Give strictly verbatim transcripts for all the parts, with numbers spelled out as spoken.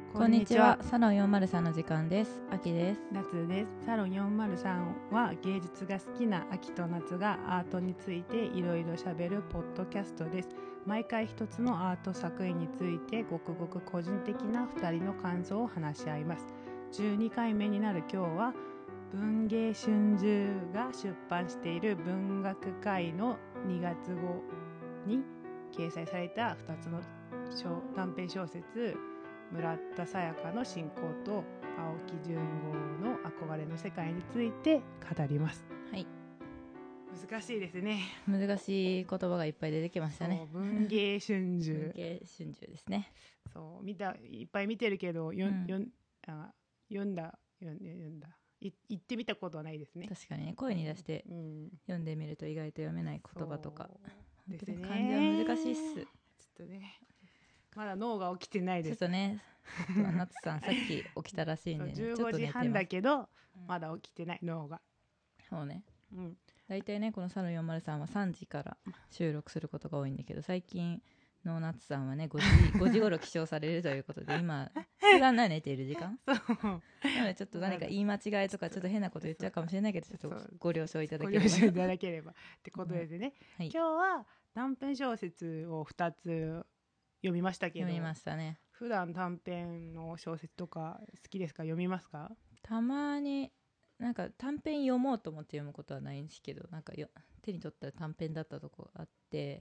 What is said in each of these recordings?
こんにちは。サロンよんまるさんの時間です。あきです。 夏です。サロンよんまるさんは芸術が好きなあきと夏がアートについていろいろしゃべるポッドキャストです。毎回一つのアート作品についてごくごく個人的なふたりの感想を話し合います。じゅうにかいめになる今日は文芸春秋が出版している文学界のにがつ号に掲載されたふたつの短編小説村田沙耶香の信仰と青木純吾の憧れの世界について語ります。 はい。 難しいですね。 難しい言葉がいっぱい出てきましたね。 文芸春秋。 文芸春秋ですね。 そう見たいっぱい見てるけど、よ、うん、よあ読んだ読んだ読んだい言ってみたことはないですね。 確かにね、声に出して読んでみると意外と読めない言葉とか、 うん、ですね。 漢字は難しいっす。ちょっとね。まだ脳が起きてないです。 ちょっとね、夏さんさっき起きたらしいんでね。 じゅうごじはんだけど、まだ起きてない脳が。 そうね。 うん。 大体ねこのサロンよんまるさんはさんじから収録することが多いんだけど、最近の夏さんはねごじごじ頃起床されるということで今普段寝ている時間そうなのでちょっと何か言い間違いとかちょっと変なこと言っちゃうかもしれないけど、ちょっとご了承いただければご了承いただければってことでね、うんはい、今日は短編小説をふたつ読みましたけど、 読みましたね。 普段短編の小説とか好きですか？読みますか？ たまになんか短編読もうと思って読むことはないんですけど、なんかよ手に取ったら短編だったとこあって、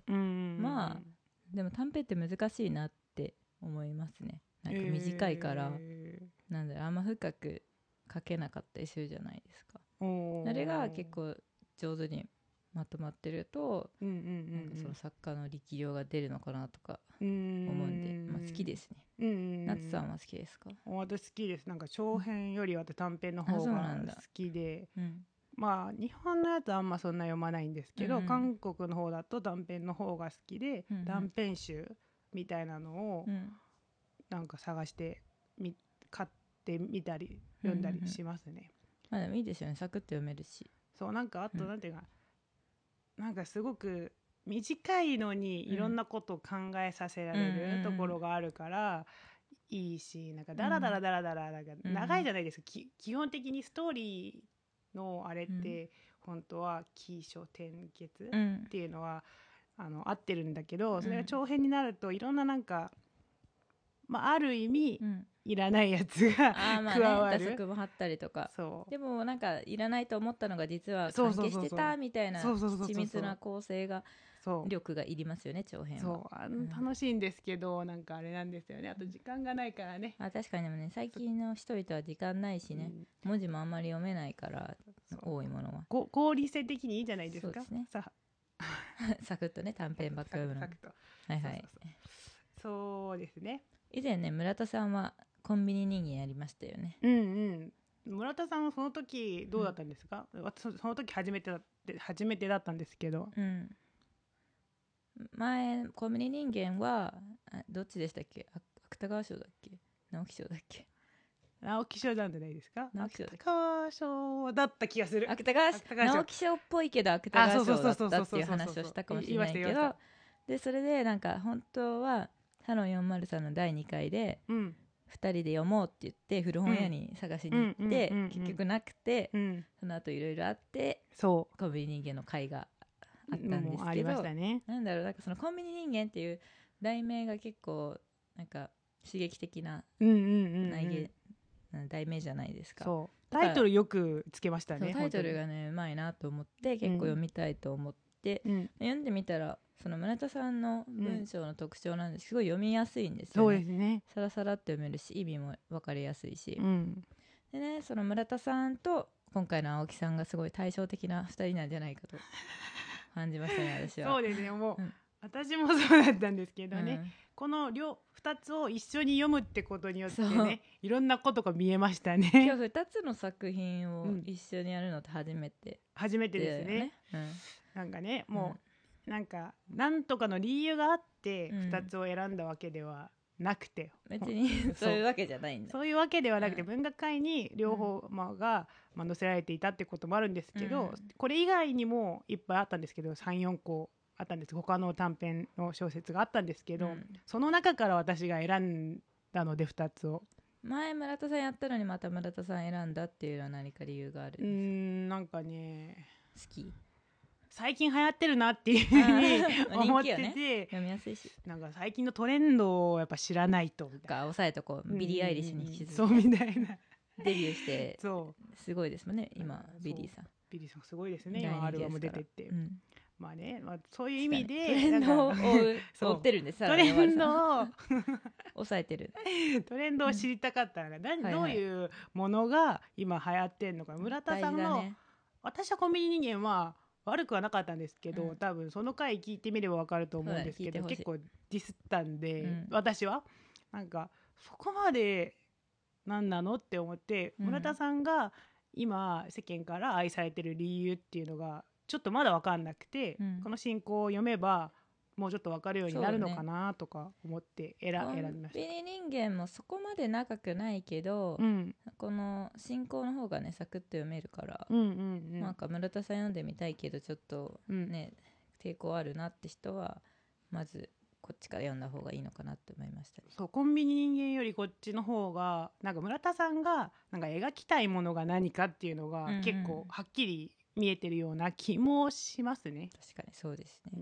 うんうんうん、 まあでも短編って難しいなって思いますね。なんか短いから、えー、なんだろうあんま深く書けなかったりするじゃないですか。あれが結構上手にまとまってると、うんうんうんうん、なんかその作家の力量が出るのかなとか思うんで、まあ、好きですね。うんうんうん、夏さんは好きですか？ 私好きです。なんか長編よりは短編の方が好きで、うん、まあ日本のやつはあんまそんな読まないんですけど、うんうん、韓国の方だと短編の方が好きで、うんうん、短編集みたいなのをなんか探してみ買ってみたり読んだりしますね。うんうんうん、 まあでもいいですよね、サクッと読めるし。 そうなんかあとなんていうか、うん、なんかすごく短いのにいろんなことを考えさせられるところがあるからいいし、なんかダラダラダラダラなんか長いじゃないですか、うん、基本的にストーリーのあれって本当は起承転結っていうのは、うん、あの合ってるんだけど、それが長編になるといろんななんか、まあ、ある意味、うんいらないやつが加わる、 打足も張ったりとか。そうでもなんかいらないと思ったのが実は関係してたみたいな緻密な構成が力がいりますよね、長編は。 そうあの、うん、楽しいんですけどなんかあれなんですよね、あと時間がないからね。 あ確かにでもね最近の人々は時間ないしね、うん、文字もあんまり読めないから多いものは合理性的にいいじゃないですか。そうですねさサクッとね短編ばっかり読むの。はいはい。 そうですね。 以前ね村田さんはコンビニ人間やりましたよね。 うんうん村田さんはその時どうだったんですか？うん、私その時初めてだ初めてだったんですけど、うん、 前コンビニ人間はどっちでしたっけ？芥川賞だっけ直木賞だっけ？ 直木賞なんじゃないですか？芥川賞だった気がする。 芥川賞直木賞っぽいけど芥川賞だったっていう話をしたかもしれないけど、でそれでなんか本当はサロンよんまるさんのだいにかいで、うんふたりで読もうって言って古本屋に探しに行って、うん、結局なくて、うん、その後いろいろあってそうコンビニ人間の会があったんですけど、ね、なんだろうなんかそのコンビニ人間っていう題名が結構なんか刺激的な内容題名じゃないですか。 そうタイトルよくつけましたね。 タイトルがねうまいなと思って結構読みたいと思って、うん、読んでみたらその村田さんの文章の特徴なんです、すごい読みやすいんですよね。 そうですね。 さらさらって読めるし意味も分かりやすいし、うん、でねその村田さんと今回の青木さんがすごい対照的なふたりなんじゃないかと感じましたね私は。 そうですねもう、うん、私もそうだったんですけどね、うん、この両ふたつを一緒に読むってことによってねいろんなことが見えましたね。 今日ふたつの作品を一緒にやるのって初めて、 うん、初めてですね、うん、なんかねもう、うんなんかなんとかの理由があってふたつを選んだわけではなくて、 うん、別にそういうわけじゃないんだ。 そういうわけではなくて、うん、文学界に両方が、まあ、載せられていたってこともあるんですけど、うん、これ以外にもいっぱいあったんですけど さん,よん 個あったんです。他の短編の小説があったんですけど、うん、その中から私が選んだのでふたつを前村田さんやったのにまた村田さん選んだっていうのは何か理由があるんですか？うーんなんかね好き最近流行ってるなっていうふうに思ってて、 ね、読みやすいしなんか最近のトレンドをやっぱ知らないとみたいな、 抑えとこうビリー・アイリッシュに引き続き、 そうみたいなデビューしてそうすごいですもんね今ビリーさんビリーさんすごいですね今アルバム出てって、うん、まあね、まあ、そういう意味でトレンドを追ってるんですトレンドを抑えてるトレンドを知りたかったのが、うん、何、はいはい、どういうものが今流行ってんのか村田さんの、ね、私はコンビニ人間は悪くはなかったんですけど、うん、多分その回聞いてみれば分かると思うんですけど、結構ディスったんで、うん、私はなんかそこまで何なのって思って、うん、村田さんが今世間から愛されてる理由っていうのがちょっとまだ分かんなくて、うん、この進行を読めばもうちょっと分かるようになるのかなとか思って選,、ね、選びました。 コンビニ人間もそこまで長くないけど、うん、この進行の方がねサクッと読めるから、うんうんうん、なんか村田さん読んでみたいけどちょっとね、うん、抵抗あるなって人はまずこっちから読んだ方がいいのかなって思いましたね。 そうコンビニ人間よりこっちの方がなんか村田さんがなんか描きたいものが何かっていうのが結構はっきり見えてるような気もしますね。 確かにそうですね、 うん、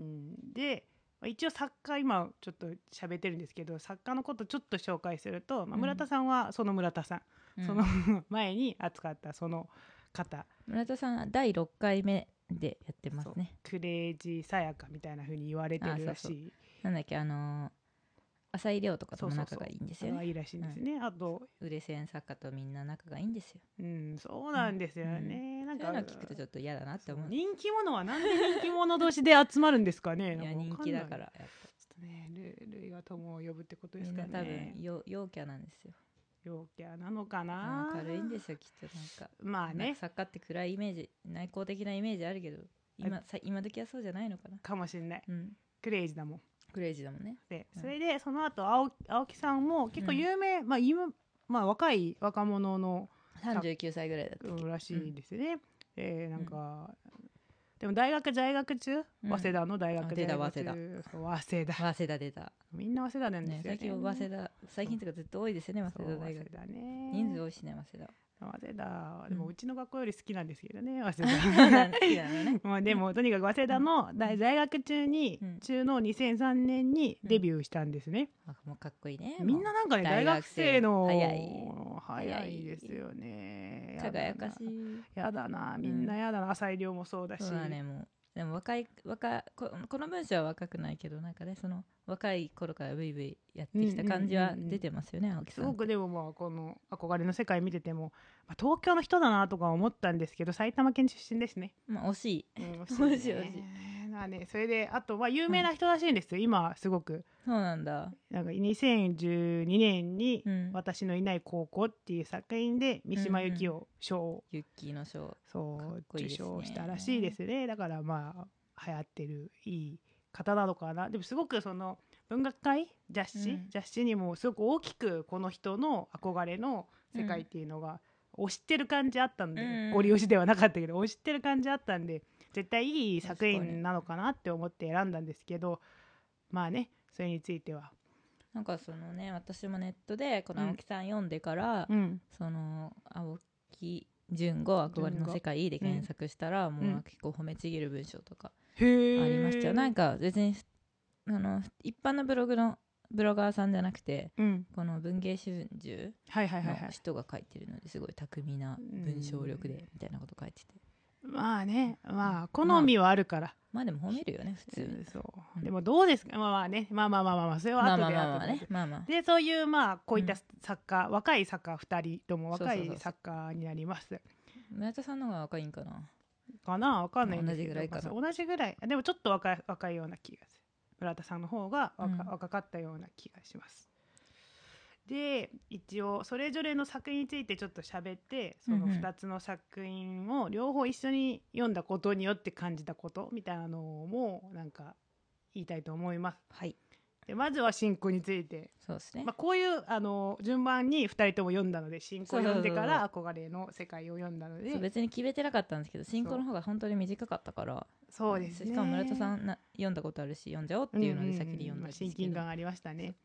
で一応作家今ちょっと喋ってるんですけど作家のことちょっと紹介すると、まあ、村田さんはその村田さん、うん、その前に扱ったその方、 村田さんはだいろっかいめでやってますね。 クレイジーさやかみたいな風に言われてるらしい。そうそうなんだっけあのー浅井亮とかとも仲がいいんですよね。 そうそうそういいらしいんですね、うん、あと売れ線作家とみんな仲がいいんですよ。 うんそうなんですよね、うん、なんかそういうの聞くとちょっと嫌だなって思う。 人気者はなんで人気者同士で集まるんですかね。 いや人気だからやっぱちょっとね類が友を呼ぶってことですかね。 みんな多分陽キャなんですよ。 陽キャなのかな。 明るいんですよきっと。なんかまあね作家って暗いイメージ内向的なイメージあるけど今さ今時はそうじゃないのかな。 かもしれない、うん、クレイジーだもんクレイジーだもんね。 でそれでその後青青木さんも結構有名、うん、まあ今まあ若い若者のさんじゅうきゅうさいぐらいだったっけらしいですね、うん、えー、なんか、うん、でも大学在学中、うん、早稲田の大学在学中、早稲田早稲田出たみんな早稲田なんですよね。 最近早稲田最近とかずっと多いですよね早稲田大学。早稲田ね人数多いしね早稲田。 早稲田でもうちの学校より好きなんですけどね、早稲田好きなのねまあでもとにかく早稲田の大学中に、うん、中のにせんさんねんにデビューしたんですね、 うん、もうかっこいいね。 みんななんかね大学生の早い早いですよね。 輝かしい。 やだなみんなやだな、うん、浅井亮もそうだし。 そうだねもうでも若い若ここの文章は若くないけどなんかねその若い頃からブイブイやってきた感じは出てますよね、うんうんうん、青木さん。 すごくでもまあこの憧れの世界見てても、まあ、東京の人だなとか思ったんですけど埼玉県出身ですね。 まあ惜しい、うん、 惜しい、ね、惜しい惜しいまあね、それであとは有名な人らしいんですよ、うん、今すごく。 そうなんだ。 なんかにせんじゅうにねんに「私のいない高校」っていう作品で三島由紀夫賞を、 ユッキーの賞そう受賞したらしいですね。だからまあ流行ってるいい方なのかな。でもすごくその文学界雑誌、うん、雑誌にもすごく大きくこの人の憧れの世界っていうのが推してる感じあったんで、うん、ゴリ押しではなかったけど推してる感じあったんで絶対いい作品なのかなって思って選んだんですけど、まあねそれについてはなんかそのね私もネットでこの青木さん読んでから、うん、その青木純子憧れの世界で検索したら、うん、もう結構褒めちぎる文章とかありましたよ。なんか別にあの一般のブログのブロガーさんじゃなくて、うん、この文芸春秋の人が書いてるのですごい巧みな文章力でみたいなこと書いてて、 まあねまあ好みはあるから、 まあ、まあでも褒めるよね普通に、 そう、うん、でもどうですか。まあまあねまあまあまあまあまあそれは後で後でまあまあでそういうまあこういった作家、うん、若い作家ふたりとも若い作家になります。 村田さんの方が若いんかなかなわかんないんですけど同じぐらいかな。 同じぐらいでもちょっと若い若いような気がする。村田さんの方が 若,、うん、若かったような気がします。で一応それぞれの作品についてちょっと喋ってそのふたつの作品を両方一緒に読んだことによって感じたことみたいなのもなんか言いたいと思います。 はい。 でまずは進行について。 そうですね。 まあ、こういうあの順番にふたりとも読んだので進行読んでから憧れの世界を読んだので、 そう別に決めてなかったんですけど進行の方が本当に短かったから。 そうですね。 しかも村田さんな読んだことあるし読んじゃおうっていうので先に読んだんですけど、 うんうんまあ、親近感ありましたね。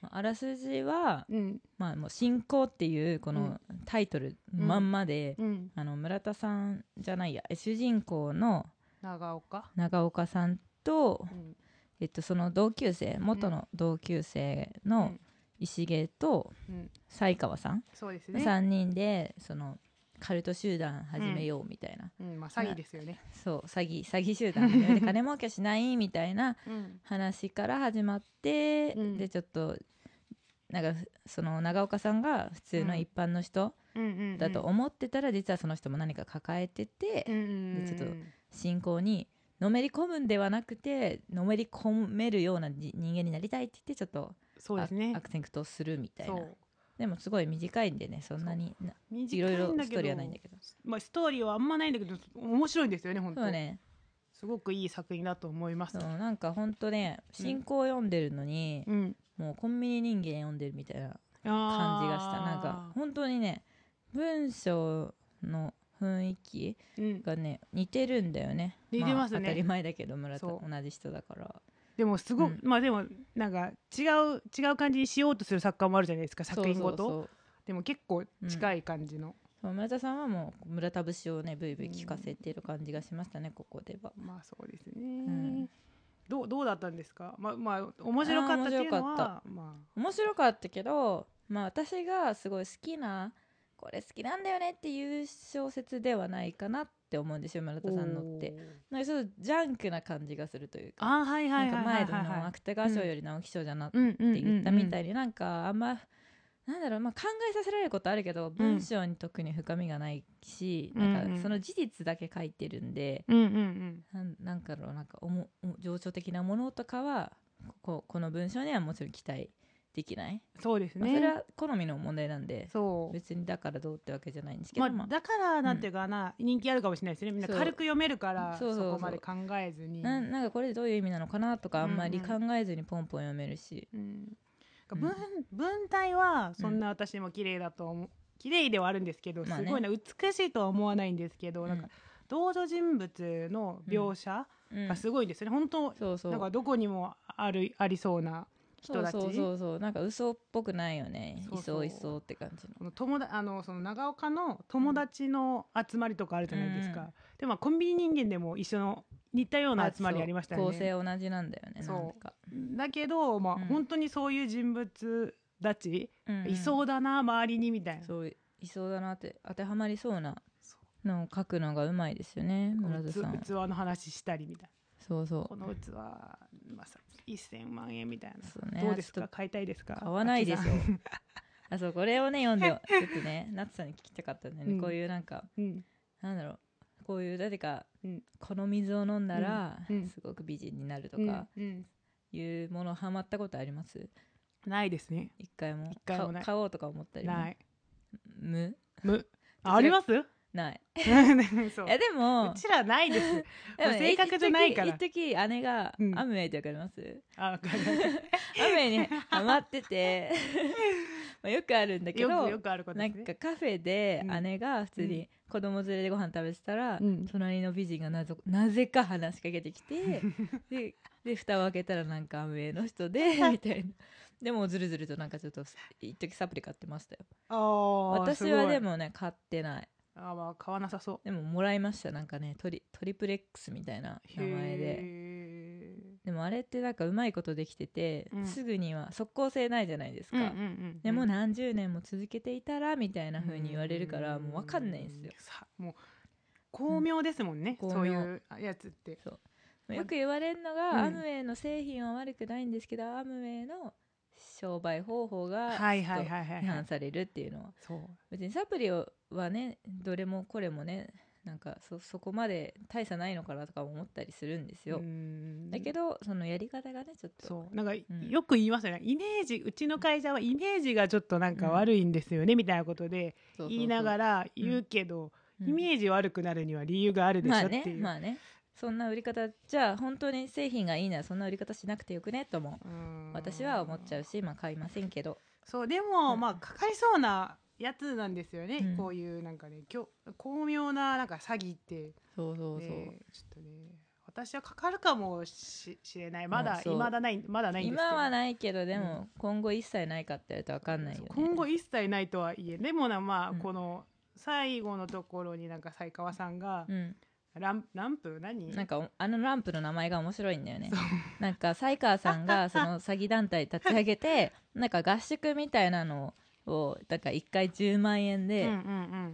あらすじは、 うん、 まあ、もう信仰っていうこのタイトルまんまで、 うんうん、 あの村田さんじゃないや主人公の長岡長岡さんと、 うん、 えっと、その同級生元の同級生の石毛と犀川さん、 そうですね、 さんにんでそのカルト集団始めようみたいな、 うんうん、まあ、詐欺ですよね。 そう詐欺詐欺集団始めて金儲けしないみたいな話から始まって、うん、でちょっとなんかその長岡さんが普通の一般の人だと思ってたら、実はその人も何か抱えてて、うんうんうん、でちょっと信仰にのめり込むんではなくてのめり込めるような人間になりたいって言ってちょっとそうです、ね、 アクセントするみたいな。でもすごい短いんでね、そんなにいろいろストーリーはないんだけど、 まあ、ストーリーはあんまないんだけど面白いんですよね本当。 そうね、 すごくいい作品だと思います。 そうなんか本当ね、信仰を読んでるのに、うん、もうコンビニ人間読んでるみたいな感じがした。なんか本当にね、文章の雰囲気がね、うん、似てるんだよね。 似てますね、 まあ、当たり前だけど村田同じ人だから。 でもすごく、うん、まあでもなんか違う違う感じにしようとする作家もあるじゃないですか、作品ごと。そうそうそう、でも結構近い感じの、 うん、村田さんはもう村田節をねブイブイ聞かせてる感じがしましたね、うん、ここでは。 まあそうですね、うん、どうどうだったんですか。まあまあ面白かったっていうのは面白かった、まあ、面白かったけど、まあ私がすごい好きなこれ好きなんだよねっていう小説ではないかなって思うんですよ、村田さんのって。なんかちょっとジャンクな感じがするというか、 あ、はいはいはいはいはい、 なんか前の芥川賞より直木賞じゃなって言ったみたいに、なんかあんまなんだろう、まあ、考えさせられることあるけど文章に特に深みがないし、うん、なんかその事実だけ書いてるんで、うんうんうん、な, なんかろうなんかおも情緒的なものとかはこ, この文章にはもちろん期待できない。 そうですね、 まあ、それは好みの問題なんで、そう別にだからどうってわけじゃないんですけど、 まあ、だからなんていうかな、うん、人気あるかもしれないですね。みんな軽く読めるからそこまで考えずにな, なんかこれでどういう意味なのかなとかあんまり考えずにポンポン読めるし、うんうん文, 文体はそんな私も綺麗だと思う、綺麗ではあるんですけど、すごいな、美しいとは思わないんですけど、なんか同女人物の描写がすごいですね、本当。そうそう、なんかどこにもあるありそうな人たち。 そうそうそう、なんか嘘っぽくないよね。いそういそうって感じの。 友だあのその長岡の友達の集まりとかあるじゃないですか、うん、でもコンビニ人間でも一緒の似たような集まりありましたよね。 構成同じなんだよね。そうかだけど、まあうん、本当にそういう人物たち、うんうん、いそうだな周りにみたいな、 そういそうだなって当てはまりそうなのを書くのがうまいですよね、村田さん。 器の話したりみたいな。 そうそう、 この器、まあ、せんまん円みたいな、そう、ね、どうですか、買いたいですか。 買わないでしょあ、そう、これをね読んでちょっとね夏さんに聞きたかったんだよね、うん、こういうなんか、うん、なんだろう、こういう誰か、うん、この水を飲んだら、うん、すごく美人になるとか、うん、いうものハマったことあります？ ないですね、 一回も。 一回もない。 買おうとか思ったりもない。 無無あ, あります？ ないそう、 いやでもうちらないです。でも性格じゃないから。 一時姉が、うん、アムウェイってわかります？ あ、わかるアムウェイにハマっててまあよくあるんだけど、 よくよくあることですね。 なんかカフェで姉が普通に子供連れでご飯食べてたら、うん、隣の美人がな ぜ, なぜか話しかけてきてで, で蓋を開けたらなんかアムウェイの人でみたいな。でもずるずるとなんかちょっと一時サプリ買ってましたよ。あ、私はでもね買ってない。 あ、まあ買わなさそう。 でももらいました、なんかね、ト リ, トリプレックスみたいな名前で。でもあれってなんかうまいことできてて、うん、すぐには即効性ないじゃないですか、うんうんうんうん、でも何十年も続けていたらみたいな風に言われるからもう分かんないんですよ。 さもう巧妙ですもんね、うん、そういうやつって。 そうよく言われるのが、うん、アムウェイの製品は悪くないんですけどアムウェイの商売方法が批判されるっていうのは、別にサプリはねどれもこれもねなんか そ, そこまで大差ないのかなとか思ったりするんですよ。だけどそのやり方がねちょっとそうなんか、うん、よく言いますよね、イメージ、うちの会社はイメージがちょっとなんか悪いんですよね、うん、みたいなことで言いながら言うけど、うん、イメージ悪くなるには理由があるでしょっていう、 まあね、まあね、そんな売り方じゃあ本当に製品がいいならそんな売り方しなくてよくねとも私は思っちゃうし、まあ買いませんけど。 そうでも、うん、まあかかりそうなやつなんですよね、うん、こういうなんかね巧妙ななんか詐欺って。 そうそうそう、 ね、ちょっとね私はかかるかもしれない。まだ今だないまだないんですけど。 今はないけどでも、うん、今後一切ないかって言われたら分かんないよね。 今後一切ないとはいえ、でもなまあ、うん、この最後のところになんか斉川さんが、うん、ランランプ何なんかあのランプの名前が面白いんだよね。なんか斉川さんがその詐欺団体立ち上げてなんか合宿みたいなのをだからいっかいじゅうまんえんで、うんうんうん、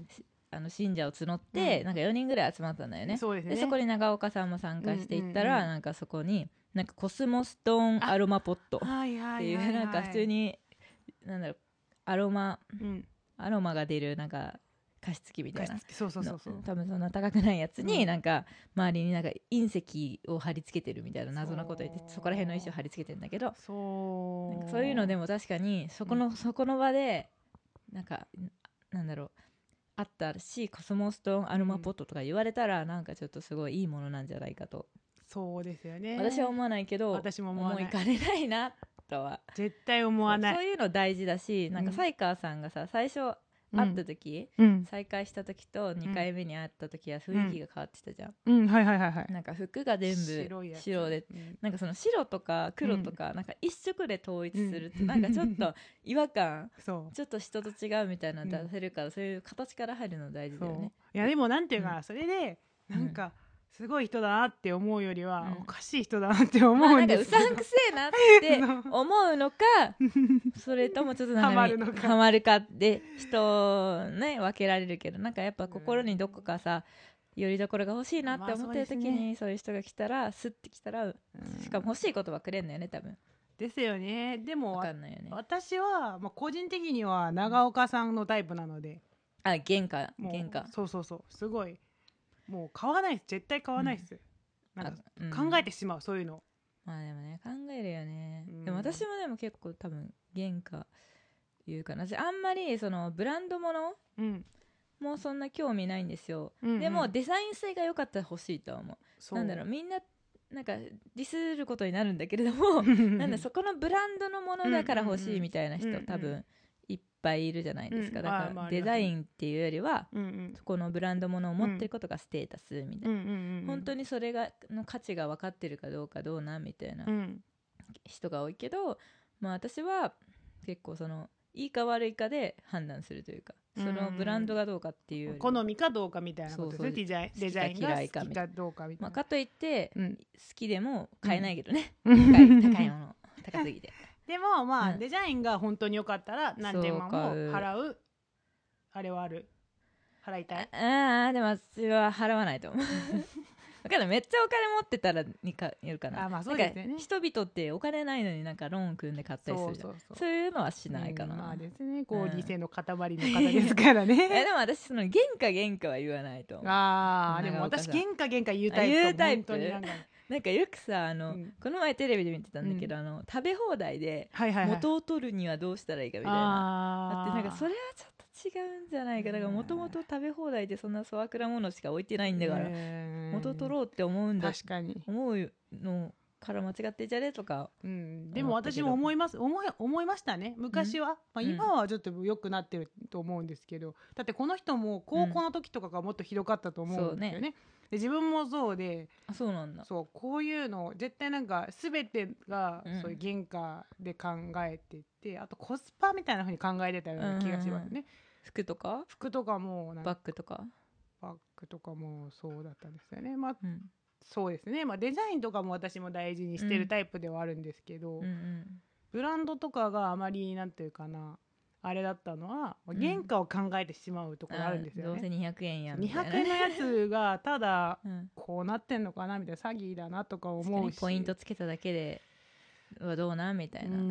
あの信者を募って、うん、なんかよにんぐらい集まったんだよね。そうですね。でそこに長岡さんも参加していったら、うんうんうん、なんかそこになんかコスモストーンアロマポットっていうなんか普通になんだろうアロマ、うん、アロマが出るなんか加湿器みたいな、 そうそうそうそう、 多分そんな高くないやつに、うん、なんか周りになんか隕石を貼り付けてるみたいな謎なこと言って そ, そこら辺の石を貼り付けてるんだけど、そうなんかそういうのでも確かにそこの、うん、そこの場でなんかなんだろうあったしコスモストーンアロマポットとか言われたら、うん、なんかちょっとすごいいいものなんじゃないかと。 そうですよね。 私は思わないけど私も思わない、 思いかねないなとは絶対思わない。 そ, そういうの大事だし、なんか斉川さんがさ最初会った時、 うん、 再会した時とにかいめに会った時は雰囲気が変わってたじゃん、 うんうん、はいはいはいはい。 なんか服が全部白で、うん、なんかその白とか黒とか、うん、なんか一色で統一すると、うん、なんかちょっと違和感そうちょっと人と違うみたいなの出せるから、うん、そういう形から入るの大事だよね。 いやでもなんていうか、うん、それでなんか、うんすごい人だなって思うよりは、うん、おかしい人だなって思うんですけど、 まあ、なんかうさんくせえなって思うのかそれともちょっとなんかハマるのかハマるかで人ね分けられるけど、なんかやっぱ心にどこかさよりどころが欲しいなって思ってる時に、まあ そうですね、そういう人が来たらスッて来たら、うん、しかも欲しい言葉くれんのよね多分。 ですよね。でも分かんないよね。 私は、まあ、個人的には長岡さんのタイプなので、 あ原価原価そうそうそうすごいもう買わないです。絶対買わないです、うん、なんか考えてしまう、うん、そういうの。 まあでもね考えるよね、うん、でも私もでも結構多分原価いうかな、あんまりそのブランドもの、うん、もうそんな興味ないんですよ、うんうん、でもデザイン性が良かったら欲しいとは思う。なんだろうみんななんかディスることになるんだけれどもなんだそこのブランドのものだから欲しいみたいな人、うんうん、多分いっぱいいるじゃないですか、うん、だからデザインっていうよりは、うんうん、そこのブランドものを持ってることがステータスみたいな、うんうんうん、本当にそれがの価値が分かってるかどうかどうなみたいな人が多いけど、まあ私は結構そのいいか悪いかで判断するというか、そのブランドがどうかっていう、 好みかどうかみたいなことですね。デザインデザインが好きかどうかみたいな、まあ、 かといって、うん、好きでも買えないけどね、うん、高い高いもの高すぎてでもまあ、うん、デザインが本当に良かったら何千万も払うあれはある払いたい。 ああでも私は払わないと思う分かんない、めっちゃお金持ってたらにかやるかな。あ、まあそうですね。人々ってお金ないのになんかローン組んで買ったりするじゃん。そうそうそう、そういうのはしないかな、うん、 まあですね、こう理性の塊の方ですからねえでも私その原価原価は言わないと思う。 ああでも私原価原価言うタイプ。言うタイプなんかなんかよくさあの、うん、この前テレビで見てたんだけど、うん、あの食べ放題で元を取るにはどうしたらいいかみたいな、はいはいはい、だってなんかそれはちょっと違うんじゃないか。だからもともと食べ放題でそんな粗悪なものしか置いてないんだから、元取ろうって思うんだ、 確かに思うのから間違ってんじゃねとか、 うん、でも私も思います思い思いましたね昔は、うんまあ、今はちょっと良くなってると思うんですけど、だってこの人も高校の時とかがもっとひどかったと思うんですよね、うんね、で自分もそうで、 あそうなんだ、 そうこういうの絶対なんか全てがそういう原価で考えてて、うん、あとコスパみたいな風に考えてたような気がしますね、うんうんうん、 服とか服とかもなんかバッグとかバッグとかもそうだったんですよね、まあ、うん、そうですね、まあ、デザインとかも私も大事にしてるタイプではあるんですけど、うんうんうん、ブランドとかがあまりなんていうかなあれだったのは、うん、原価を考えてしまうところあるんですよね。 どうせにひゃくえんやみたいな、 にひゃくえんのやつがただこうなってんのかなみたいな、詐欺だなとか思うし、 ポイントつけただけではどうなみたいな、うーん、 うん、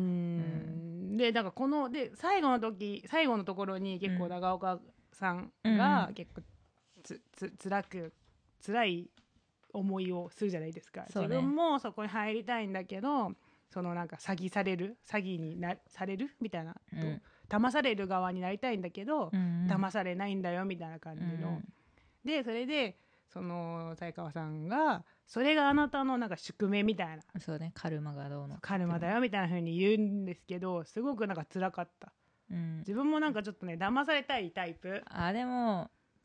でだからこので最後の時最後のところに結構長岡さんが結構つつ辛く辛い思いをするじゃないですか、ね、自分もそこに入りたいんだけど、そのなんか詐欺される詐欺になされるみたいな、うん、騙される側になりたいんだけど、うんうん、騙されないんだよみたいな感じの、うん、でそれでその斉川さんがそれがあなたのなんか宿命みたいな、 そうね、カルマがどうのカルマだよみたいな風に言うんですけど、すごくなんか辛かった、うん、自分もなんかちょっとね騙されたいタイプ。 あでも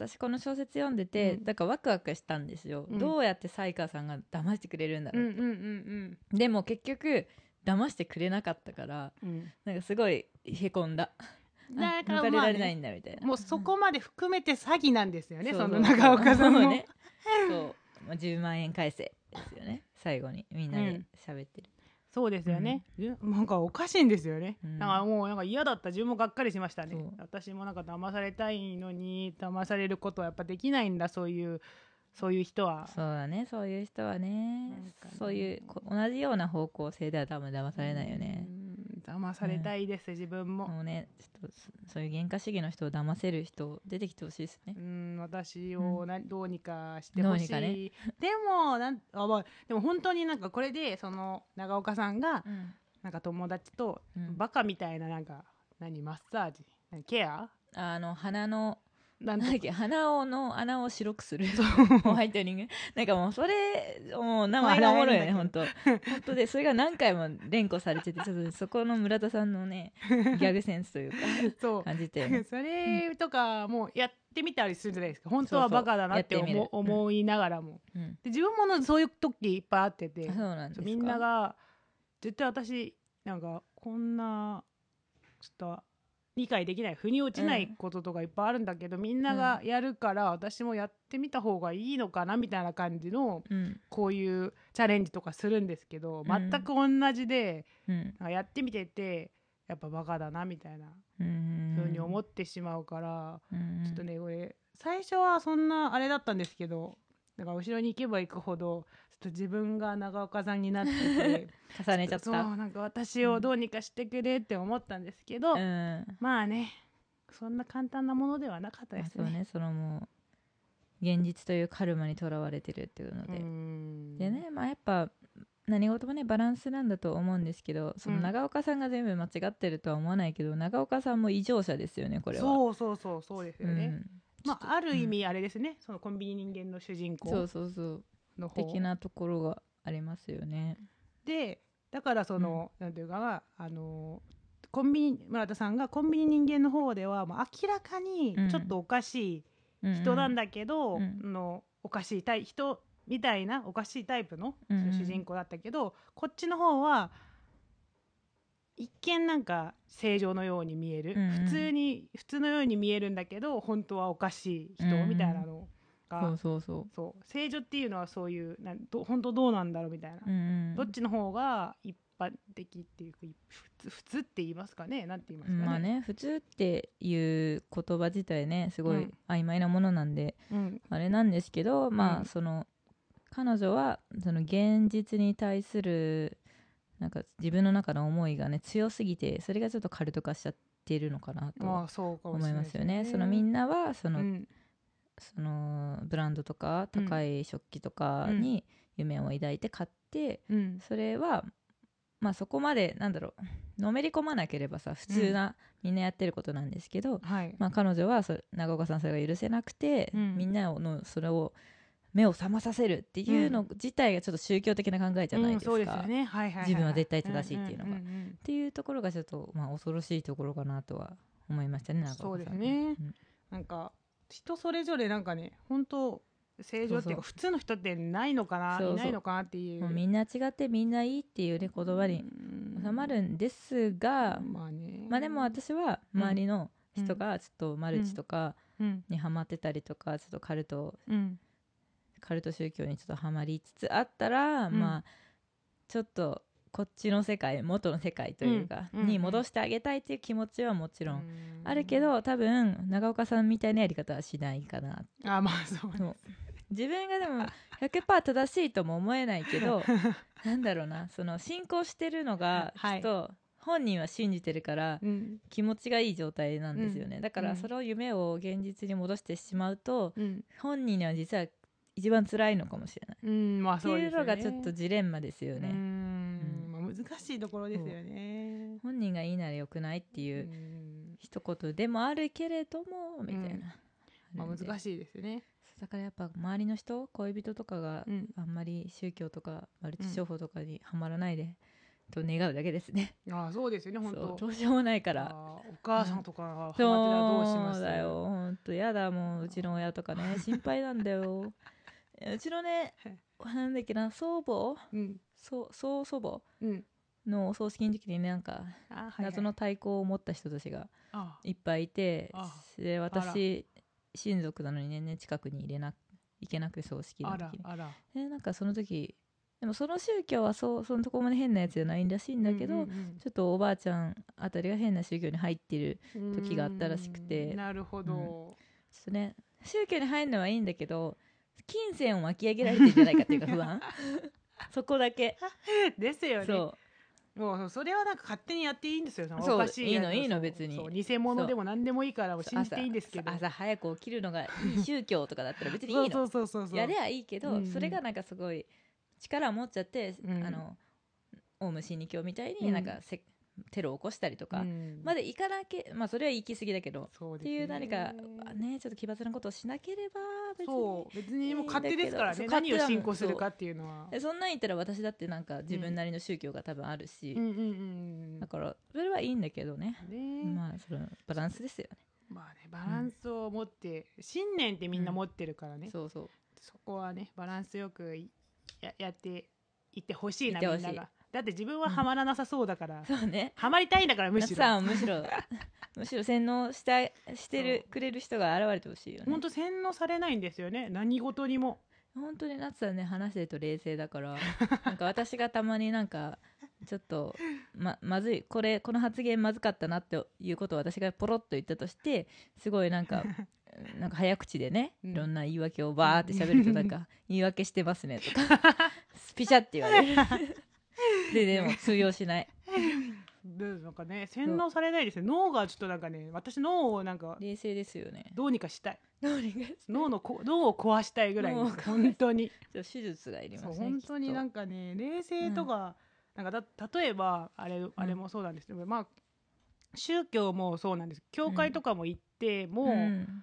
私この小説読んでて、うん、だからワクワクしたんですよ、うん、どうやって才川さんが騙してくれるんだろうって、うんうんうんうん、でも結局騙してくれなかったから、うん、なんかすごいへこんだ。だから抜かれられないんだみたいな、 ね、もうそこまで含めて詐欺なんですよね、その長岡さんもねそう、まあ、じゅうまんえん返せですよね最後にみんなで喋ってる、うん、 そうですよね、うん、なんかおかしいんですよね、うん、なんかもうなんか嫌だった、自分もがっかりしましたね。私もなんか騙されたいのに騙されることはやっぱできないんだ、そういうそういう人は。 そうだね、そういう人は ね, ねそういう同じような方向性では多分騙されないよね。 騙されたいです、うん、自分も。 もうね、ちょっとそういう原価主義の人を騙せる人出てきてほしいですね。 うん、私をな、うん、どうにかしてほしい、ね、でもなんあ、まあ、でも本当になんかこれでその長岡さんが、うん、なんか友達とバカみたいな、なんか何マッサージケアあの鼻のなんだっけ、鼻の穴を白くするホワイトニング、なんかもうそれもう名前がおもろいよね、本当本当でそれが何回も連呼されてて、ちょっとそこの村田さんのねギャグセンスというかそう感じて、ね、 それとかもうやってみたりするじゃないですか、本当はバカだなって思、思いながらも、うん、で自分ものそういう時いっぱいあってて、 そうなんですか、 みんなが絶対私なんかこんなちょっと理解できない、腑に落ちないこととかいっぱいあるんだけど、うん、みんながやるから私もやってみた方がいいのかなみたいな感じの、うん、こういうチャレンジとかするんですけど、うん、全く同じで、うん、なんかやってみててやっぱバカだなみたいな風に思ってしまうから、うん、ちょっとね俺最初はそんなあれだったんですけど、だから後ろに行けば行くほどちょっと自分が長岡さんになってて重ねちゃった、 そうなんか私をどうにかしてくれって思ったんですけど、うん、まあねそんな簡単なものではなかったですね。 そうね、そのもう現実というカルマにとらわれてるっていうので、うんでね、まあやっぱ何事もねバランスなんだと思うんですけど、その長岡さんが全部間違ってるとは思わないけど、うん、長岡さんも異常者ですよね、これは。 そうそうそうそうですよね、うん、まあある意味あれですね、うん、そのコンビニ人間の主人公そうそうそうの方的なところがありますよね。 でだからその、うん、なんていうかな、あのコンビニ村田さんがコンビニ人間の方では、まあ、明らかにちょっとおかしい人なんだけど、うんうん、のおかしいタイ人みたいなおかしいタイプの主人公だったけど、うん、こっちの方は一見なんか正常のように見える、うんうん、普通に普通のように見えるんだけど本当はおかしい人みたいなのが、 うんうん、そうそうそうそう正常っていうのはそういうなんど本当どうなんだろうみたいな、うんうん、どっちの方が一般的っていうか普通、普通って言いますかね、なんて言いますかね、 まあね、普通っていう言葉自体ねすごい曖昧なものなんで、うん、あれなんですけど、まあ、うん、その彼女はその現実に対するなんか自分の中の思いがね強すぎて、それがちょっとカルト化しちゃってるのかなと思いますよね。そのみんなはその、うん、そのブランドとか高い食器とかに夢を抱いて買って、うん、それはまあそこまでなんだろうのめり込まなければさ普通な、うん、みんなやってることなんですけど、はい、まあ、彼女はそ長岡さんそれが許せなくて、うん、みんなのそれを目を覚まさせるっていうの自体がちょっと宗教的な考えじゃないですか、うん、そうですよね、はいはいはいはい、自分は絶対正しいっていうのが、うんうんうんうん、っていうところがちょっと、まあ、恐ろしいところかなとは思いましたね、長岡さん。 そうですね、うん、なんか人それぞれなんかね本当正常っていうか普通の人ってないのかな、そうそういないのかなっていう、 もうみんな違ってみんないいっていう、ね、言葉に収まるんですが、まあね、まあでも私は周りの人がちょっとマルチとかにハマってたりとか、ちょっとカルト、うん、カルト宗教にちょっとハマりつつあったら、うん、まあちょっとこっちの世界元の世界というか、うん、に戻してあげたいっていう気持ちはもちろんあるけど、多分長岡さんみたいなやり方はしないかな。 あ、まあそうです。 自分がでも ひゃくパーセント 正しいとも思えないけどなんだろうな、その信仰してるのがきっと本人は信じてるから気持ちがいい状態なんですよね、うん、だからそれを夢を現実に戻してしまうと、うん、本人には実は一番辛いのかもしれない、うんまあそうですよね、っていうのがちょっとジレンマですよね。うん、 うんまあ、難しいところですよね。 本人がいいならよくないっていう一言でもあるけれどもみたいな、 うんまあ、難しいですよね。 だからやっぱ周りの人恋人とかがあんまり宗教とかマルチ商法とかにはまらないで、と願うだけですね。 ああそうですよね、本当どうしようもないから。 お母さんとかがハマってたらどうします。 そうだよ本とやだもううちの親とかね心配なんだようちのねなんだっけな祖母、うん、そそう祖母、うんのお葬式の時になんか謎の太鼓を持った人たちがいっぱいいて、で私親族なのに年々近くに入れないけなくて葬式の時にあらあらでなんかその時でもその宗教はそうそのとこまで変なやつじゃないらしいんだけど、うんうんうん、ちょっとおばあちゃんあたりが変な宗教に入ってる時があったらしくて、 なるほど、うん、ちょっとね宗教に入るのはいいんだけど金銭を巻き上げられてるんじゃないかっていうか不安そこだけですよね。そうもうそれはなんか勝手にやっていいんですよ。 そうおかしいいいのいいの別にそう偽物でも何でもいいから信じていいんですけど、 朝, 朝早く起きるのがいい宗教とかだったら別にいいのそうそうそうそうやればいいけど、うんうん、それがなんかすごい力を持っちゃって、うん、あのオウム真理教みたいになんかせ、うんテロを起こしたりとか、うん、までいかなきゃ、まあそれは行き過ぎだけど、ね、っていう何かねちょっと奇抜なことをしなければ別にそう別にもう勝手ですからね何を信仰するかっていうのはそ, そんなん言ったら私だってなんか自分なりの宗教が多分あるし、うんうんうんうん、だからそれはいいんだけど ね, ねまあそのバランスですよね。 まあねバランスを持って、うん、信念ってみんな持ってるからね、 うん、そうそうそこはねバランスよく や, やっていってほしいなみんなが。だって自分はハマらなさそうだから、うん、 そうねハマりたいんだからむしろさあむしろむしろ洗脳したしてるくれる人が現れてほしいよね。 本当洗脳されないんですよね何事にも。 本当に夏さんね話してると冷静だからなんか私がたまになんかちょっと ま, まずいこれこの発言まずかったなっていうことを私がポロッと言ったとしてすごいなんかなんか早口でね、いろんな言い訳をバーって喋るとなんか言い訳してますねとかスピシャって言われるででも通用しないでなんかね洗脳されないですね。脳がちょっとなんかね私脳をなんか冷静ですよね。 どうにかしたいどうにかしたい脳のこ脳を壊したいぐらい本当に手術がいりますね。 そう本当になんかね冷静とか、うん、なんかだ例えばあれあれもそうなんですけど、うん、まあ宗教もそうなんです。教会とかも行っても、うん、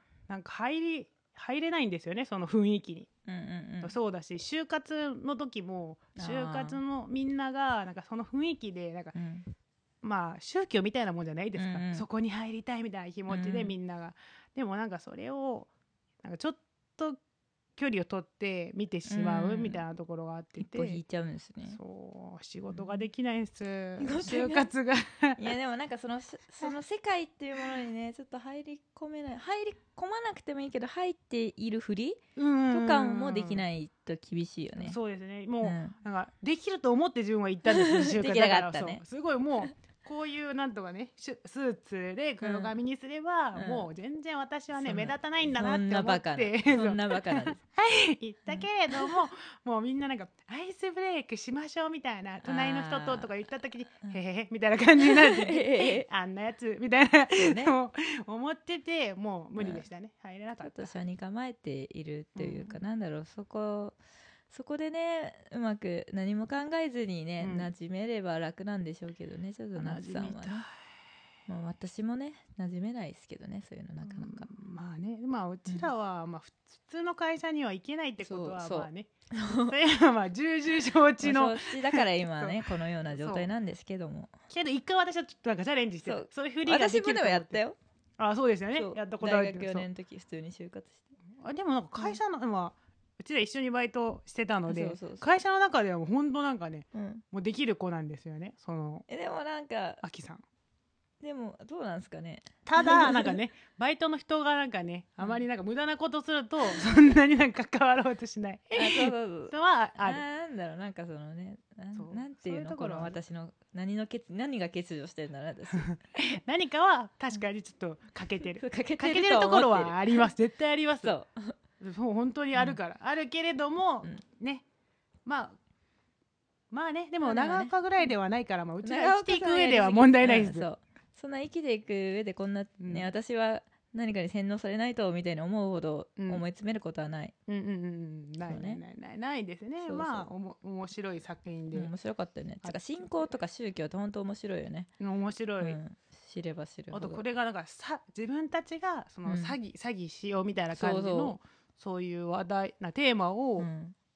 なんか入り入れないんですよねその雰囲気に、うんうんうん、そうだし就活の時も就活のみんながなんかその雰囲気でなんか、うん、まあ宗教みたいなもんじゃないですか、うんうん、そこに入りたいみたいな気持ちでみんなが、うん、でもなんかそれをなんかちょっと距離を取って見てしまうみたいなところがあってて、 うん、一歩引いちゃうんですね。 そう仕事ができないんです、うん、就活がいやでもなんかそのその世界っていうものにねちょっと入り込めない入り込まなくてもいいけど入っているふりとかもできないと厳しいよね。 そうですねもう、うん、なんかできると思って自分は行ったんです就活できなかったね。 すごいもうこういうなんとかねスーツで黒髪にすれば、うん、もう全然私はね目立たないんだなって思ってそんなバカなんです言ったけれども、うん、もうみんななんかアイスブレイクしましょうみたいな隣の人ととか言った時にへへへみたいな感じになってあんなやつみたいな、ね、もう思っててもう無理でしたね、うん、入れなかった。 ちょっと車に構えているというか、うん、なんだろうそこそこでねうまく何も考えずにね、うん、馴染めれば楽なんでしょうけどねちょっと夏さんはね、まあ、私もね馴染めないですけどねそういうのなかなか、 うん、まあねまあうちらは、まあ、普通の会社には行けないってことはまあねそれはまあ重々承知の承知だから今ねこのような状態なんですけどもけど一回私はちょっとなんかチャレンジしてそういうふりができると思って私もでもやったよ。 あそうですよねやったことある大学よねんの時普通に就活してあでもなんか会社の、うんまあうちら一緒にバイトしてたのでそうそうそう会社の中ではもう本当なんかね、うん、もうできる子なんですよねそのえでもなんかあきさんでもどうなんですかねただなんかねバイトの人がなんかねあまりなんか無駄なことするとそんなになんか関わろうとしないあそうそうそうはあるなんだろうなんかそのねな ん, なんていうのこの私の何の欠何が欠如してるんだろう私何かは確かにちょっと欠けてる欠けてるところはあります絶対ありますそうそう本当にあるから、うん、あるけれども、うん、ねまあまあねでも長岡ぐらいではないから、まあ、うちら生きていく上では問題ないです、 うん、そうそんな生きていく上でこんな、ねうん、私は何かに洗脳されないとみたいに思うほど思い詰めることはない、 うん、うんうんうんないないないないないですね。そうそうまあおも面白い作品で、 うん、面白かったよね。だから信仰とか宗教って本当面白いよね。 面白い、うん、 知れば知るほど。 あとこれがなんかさ自分たちがその詐欺、うん、詐欺しようみたいな感じのそうそうそういう話題なテーマを、うん、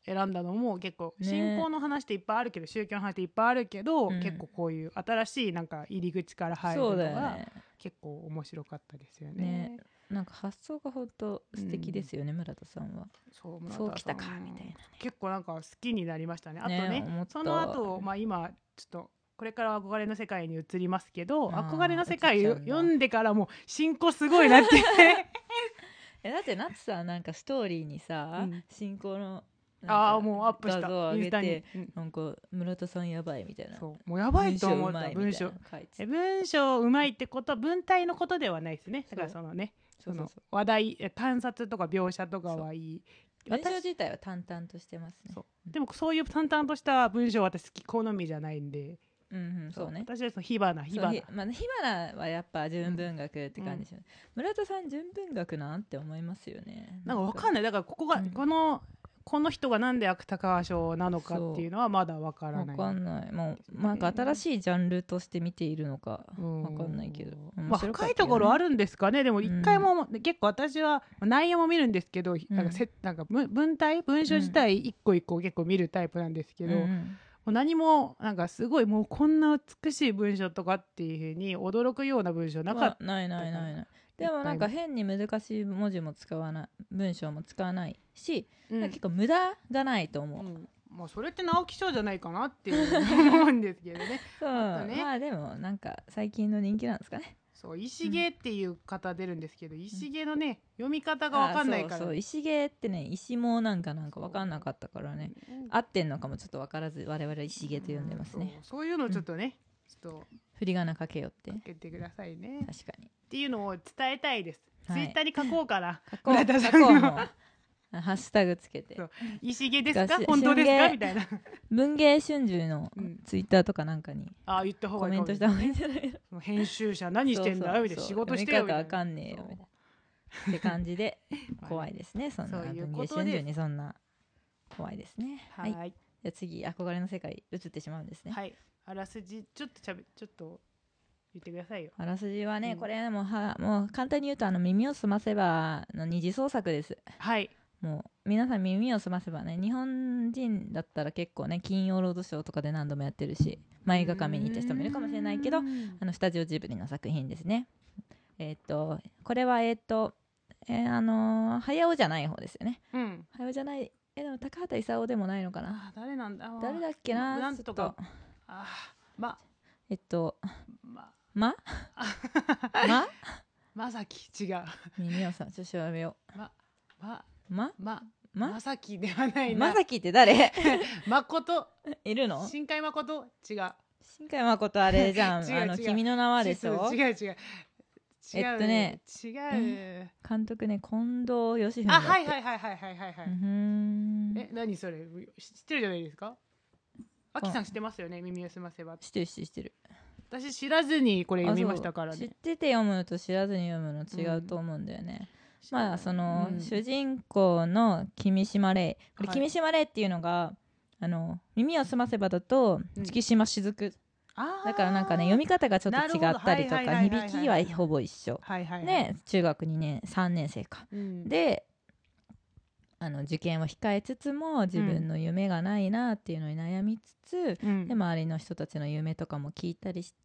選んだのも結構信仰の話っていっぱいあるけど、ね、宗教の話っていっぱいあるけど、うん、結構こういう新しいなんか入り口から入るのが結構面白かったですよね。 ね、なんか発想が本当素敵ですよね、うん、村田さんは。そうそうきたかみたいな、ね、 結構なんか好きになりましたね。あとね、ねその後、まあ今ちょっとこれから憧れの世界に移りますけど、憧れの世界を読んでからも進行すごいなってえだって夏さんなんかストーリーにさ、うん、進行のああもうアップした画像を上げて、うん、なんか村田さんやばいみたいな。 そうもうやばいと思った文章え文章うまいってこと文体のことではないですね。だからそのねその話題観察とか描写とかはいい。 文章自体は淡々としてますね。 そうでもそういう淡々とした文章は私好き好みじゃないんで。 うんうん、そうね、 私はその火花火花火花、まあ、火花はやっぱ純文学って感じですよね、うん、村田さん純文学なんて思いますよね。 なんかわかんない。だからここが、うん、このこの人がなんで芥川賞なのかっていうのはまだわからない。 わかんない。もうなんか新しいジャンルとして見ているのかわかんないけど、 うんまあ、深いところあるんですかね。でも一回も、うん、結構私は内容も見るんですけど、うん、なんかせなんか文体文章自体一個一個結構見るタイプなんですけど、うんうん、もう何もなんかすごいもうこんな美しい文章とかっていうふうに驚くような文章なかった、まあ、 ないないないない。でもなんか変に難しい文字も使わない文章も使わないし、うん、結構無駄がないと思う、うんまあ、それって直木賞じゃないかなって思うんですけどねそうあね、まあでもなんか最近の人気なんですかね。 そう石毛っていう方出るんですけど、うん、石毛のね読み方が分かんないから。 そうそう石毛ってね石もなんかなんか分かんなかったからね、合ってんのかもちょっと分からず我々石毛と呼んでますね、 うん、そう、そういうのちょっとね、うん、ちょっと振り仮名かけよってかけてくださいね。 確かにっていうのを伝えたいです、はい、ツイッターに書こうかな書こう書こうもうハッシュタグつけて石毛ですか本当ですかみたいな文芸春秋のツイッターとかなんかにあ言った方がいい、 コメントした方がいいんじゃないの編集者何してんだよみたいな仕事してよみたいなわかんねえよみたいなって感じで怖いですね。そんな文芸春秋にそんな怖いですね。はい、はい、じゃあ次憧れの世界移ってしまうんですね。 はい、あらすじちょっとちゃべちょっと言ってくださいよ。 あらすじはね、うん、これもうはもう簡単に言うとあの耳をすませばの二次創作です。 はい。 もう皆さん耳をすませばね、日本人だったら結構ね金曜ロードショーとかで何度もやってるし、映画館見に行った人もいるかもしれないけど、あのスタジオジブリの作品ですね。えっとこれはえっとえー、あのー、早尾じゃない方ですよね。うん、早尾じゃない。えでも高畑勲でもないのかな。 あ誰なんだ。 誰だっけな。 なんとか。あまえっとままままさき違う。 耳をさちょっと調べよう。ままままままさきではないな。 まさきって誰？ 誠いるの？ 新海誠違う。 新海誠あれじゃん。あの君の名はでしょ。 違う違う。 えっとね違う監督ね近藤義文。 あはいはいはいはいはいはいはい。え何それ知ってるじゃないですか。あきさん知ってますよね耳をすませば。 知ってる知ってる。 私知らずにこれ読みましたからね。 知ってて読むと知らずに読むの違うと思うんだよね、うん、まあその、うん、主人公の君島玲これ君島玲っていうのが、はい、あの耳をすませばだと月島雫、うんだからなんかね読み方がちょっと違ったりとか響きはほぼ一緒、はいはいはい、で中学にねんさんねん生か、うん、であの受験を控えつつも自分の夢がないなっていうのに悩みつつ、うん、で周りの人たちの夢とかも聞いたりして、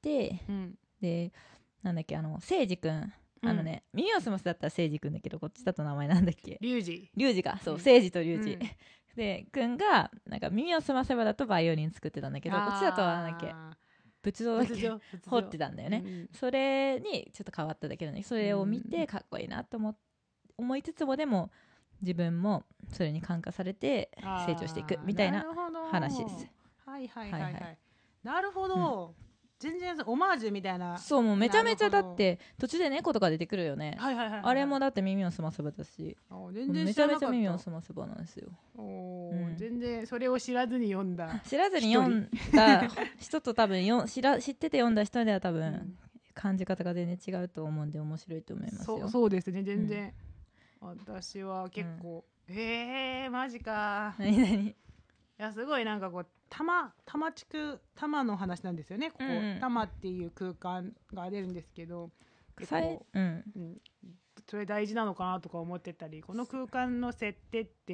うん、でなんだっけあの誠司くんあのね、うん、耳をすませだったら誠司くんだけどこっちだと名前なんだっけ龍二龍二かそう誠司と龍二、うん、でくんがなんか耳をすませばだとバイオリン作ってたんだけどこっちだとなんだっけ仏像だけ彫ってたんだよね、うん、それにちょっと変わっただけどねそれを見てかっこいいなと 思, 思いつつもでも自分もそれに感化されて成長していくみたいな話です。 はいはいはいはい、はいはい、なるほど、うん、全然オマージュみたいな。 そうもうめちゃめちゃだって途中で猫とか出てくるよね、 はいはいはいはい、 あれもだって耳をすませばだし全然めちゃめちゃ耳をすませばなんですよ。 お、うん、全然それを知らずに読んだ知らずに読んだ人と多分よ知, ら知ってて読んだ人では多分、うん、感じ方が全然違うと思うんで面白いと思いますよ。 そう、そうですね全然、うん、私は結構、うん、えーマジか何何いやすごいなんかこう多摩多摩地区多摩の話なんですよねここ、うんうん、多摩っていう空間が出るんですけど結構、うんうん、それ大事なのかなとか思ってたりこの空間の設定って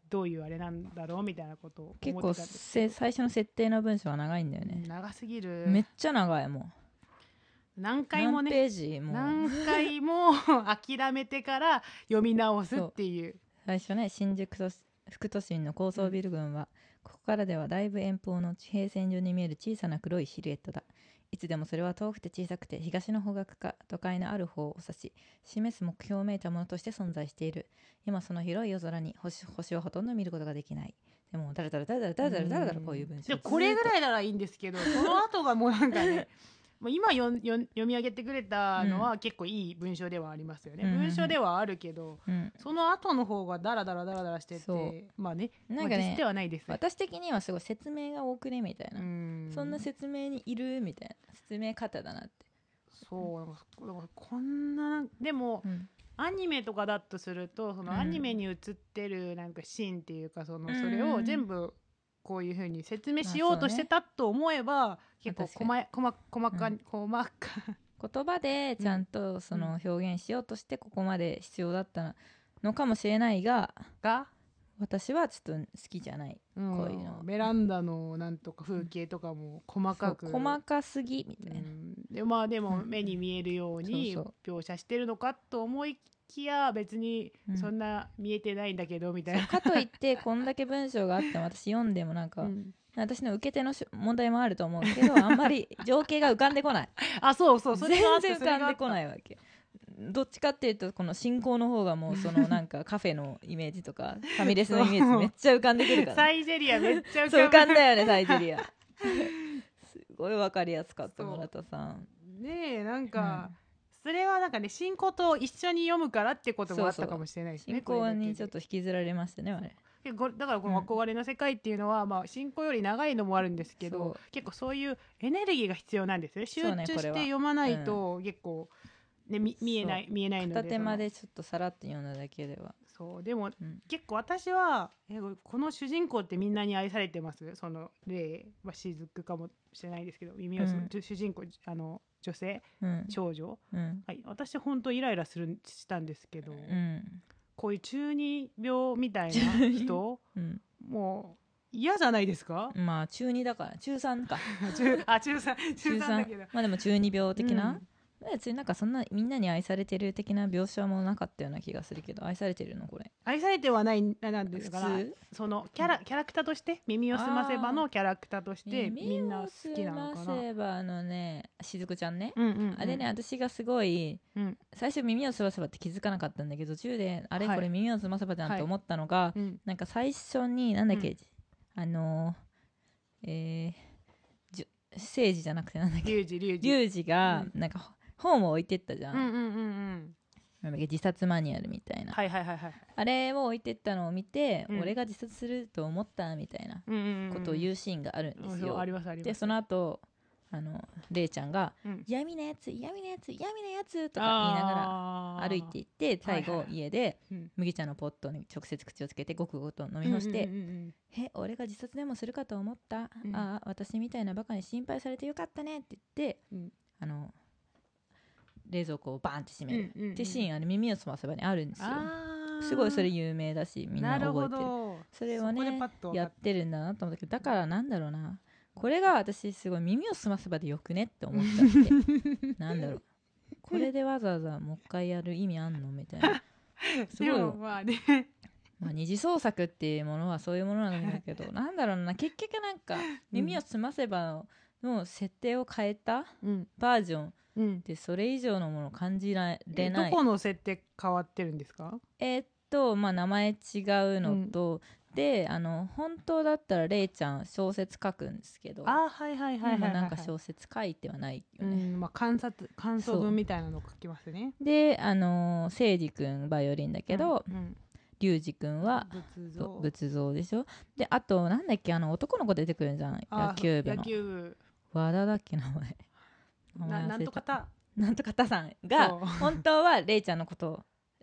どういうあれなんだろうみたいなことを思って結構たんですけど、 最初の設定の文章は長いんだよね。 長すぎる。 めっちゃ長い。もう何回もね、 何ページもう何回も諦めてから読み直すっていう。 最初ね、新宿と副都心の高層ビル群は、うん、ここからではだいぶ遠方の地平線上に見える小さな黒いシルエットだ。いつでもそれは遠くて小さくて東の方角か都会のある方を指し示す目標をめいたものとして存在している。今その広い夜空に 星, 星はほとんど見ることができない。でもだらだらだらだらだらだらだらだらこういう文章。 でこれぐらいならいいんですけど、その後がもうなんかねもう今よんよん読み上げてくれたのは結構いい文章ではありますよね、うん、文章ではあるけど、うん、その後の方がダラダラダラダラしてて、まあね、なんかね、まあ、実ではないです。 私的にはすごい説明が多くねみたいな、うん、そんな説明にいるみたいな説明方だなって。 そうなんかこんなでも、うん、アニメとかだとするとそのアニメに映ってるなんかシーンっていうか そのそれを全部こういう風に説明しようとしてたと思えば、まあね、結構細や細細か、うん、細か言葉でちゃんとその表現しようとしてここまで必要だったのかもしれないが、 が私はちょっと好きじゃない、うん、こういうの。 ベランダのなんとか風景とかも細かく、 細かすぎみたいな、うん、 でまあでも目に見えるように描写してるのかと思いきや別にそんな見えてないんだけどみたいな、うん、 かといってこんだけ文章があっても私読んでもなんか、うん、私の受け手の問題もあると思うけどあんまり情景が浮かんでこないあそうそうそれが全然浮かんでこないわけ。どっちかっていうとこの進行の方がもうそのなんかカフェのイメージとかファミレスのイメージめっちゃ浮かんでくるから、ね、 サイゼリアめっちゃ浮かんでそう浮かんだよねサイゼリアすごい分かりやすかった村田さんねえなんか、うん、それはなんかね進行と一緒に読むからってこともあったかもしれないですね。 進行にちょっと引きずられましたねあれ。 だからこの憧れの世界っていうのは、うん、まあ進行より長いのもあるんですけど結構そういうエネルギーが必要なんですね。集中して読まないと結構、ね、見, 見えない見えないので片手間でちょっとさらっと読んだだけではそうでも、うん、結構私はえこの主人公ってみんなに愛されてます。その例は雫かもしれないですけど耳を、うん、主人公あの女性、うん、少女、うんはい、私本当イライラするしたんですけど、うん、こういう中二病みたいな人、うん、もう嫌じゃないですか。 まあ中二だから中三か中あ中三中三だけどまあでも中二病的な、うん別になんかそんなみんなに愛されてる的な描写もなかったような気がするけど愛されてるのこれ愛されてはないなんですからそのキャラキャラクターとして耳をすませばのキャラクターとしてみんな好きなのかな。耳をすませばのねしずくちゃんね、うんうんうん、あれね私がすごい、うん、最初耳をすませばって気づかなかったんだけど途中であれ、はい、これ耳をすませばじゃんって思ったのが、はいうん、なんか最初になんだっけ、うん、あのー、えー誠治じゃなくてなんだっけリュウジがなんか、うん本を置いてったじゃん、 うんうんうんうんなんだっけ自殺マニュアルみたいな、 はいはいはいはい、 あれを置いてったのを見て、うん、俺が自殺すると思ったみたいなことを言うシーンがあるんですよ、うんうんうん、ありますあります。でその後あのレイちゃんが、うん、闇のやつ闇のやつ闇のやつとか言いながら歩いていって最後、はいはい、家で、うん、麦茶のポットに直接口をつけてごくごくと飲み干して、うんうんうんうん、え俺が自殺でもするかと思った、うん、ああ私みたいなバカに心配されてよかったねって言って、うん、あの冷蔵庫をバーンって閉める、うんうんうん、ってシーンあれ耳をすませばにあるんですよ。すごいそれ有名だしみんな覚えてる。それをねやってるんだなと思ったけどだからなんだろうなこれが私すごい耳をすませばでよくねって思っちゃってなんだろうこれでわざわざもう一回やる意味あんのみたいなすごいでもまあねまあ、二次創作っていうものはそういうものなんだけどなんだろうな結局なんか耳をすませばの設定を変えたバージョン、うん、でそれ以上のものを感じられない。 どこの設定変わってるんですか。 えー、っとまあ名前違うのと、うん、であの本当だったらレイちゃん小説書くんですけどあはいはいはいはい、はい、 なんか小説書いてはないよね、 うんまあ、観察感想文みたいなの書きますね。 であの誠司くんバイオリンだけど、うんうんリュウジ君は仏像仏像でしょ。であとなんだっけあの男の子出てくるじゃん野球部の野球部和田だっけ名前ななんとかたなんとかたさんが本当はレイちゃんのことを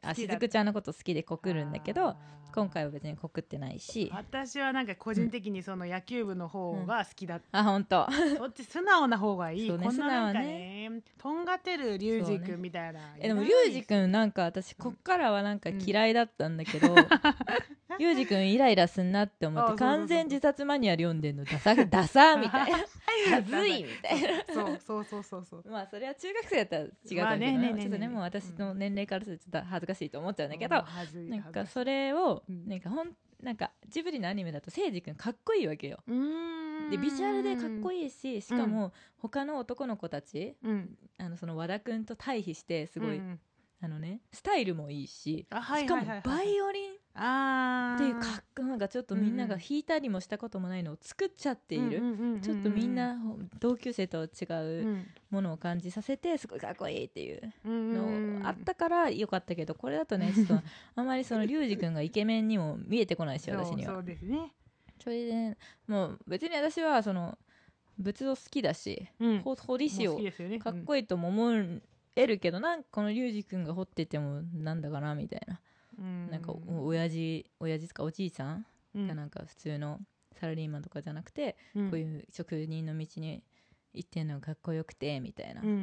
あしずくちゃんのこと好きで告るんだけど、今回は別に告ってないし、 私はなんか個人的にその野球部の方が好きだった、 うん、あ本当そっち素直な方がいい、 そうね、 こんななんかねねとんがってるリュウジ君みたいな、 ね、えでもリュウジ君なんか私こっからはなんか嫌いだったんだけど、うん、リュウジ君イライラすんなって思って完全自殺マニュアル読んでんのダサダサみたいなはずいみたいなそうそうそうそうそうまあそれは中学生だったら違うかもしれない、ねねねね、ちょっとねもう私の年齢からするとちょっと恥ずかしいと思っちゃうんだけど、うん、なんかそれを、うん、なんかほんなんかジブリのアニメだと聖司君かっこいいわけよ。うーんでビジュアルでかっこいいし、しかも他の男の子たち、うん、あのその和田君と対比してすごい、うん、あのねスタイルもいいし、しかもバイオリンっていうかっこなんかちょっとみんなが弾いたりもしたこともないのを作っちゃっている、ちょっとみんな同級生と違うものを感じさせてすごいかっこいいっていうのあったからよかったけど、これだとねちょっとあまりそのリュウジ君がイケメンにも見えてこないし私には。 そうですね。 それでもう別に私はその仏像好きだし、うん、彫り師をかっこいいとも思えるけど、なんかこのリュウジ君が彫っててもなんだかなみたいな、うんなんか親父親父とかおじいさんがなんか普通のサラリーマンとかじゃなくて、うん、こういう職人の道に行ってんのがかっこよくてみたいな、うんうんうんうん、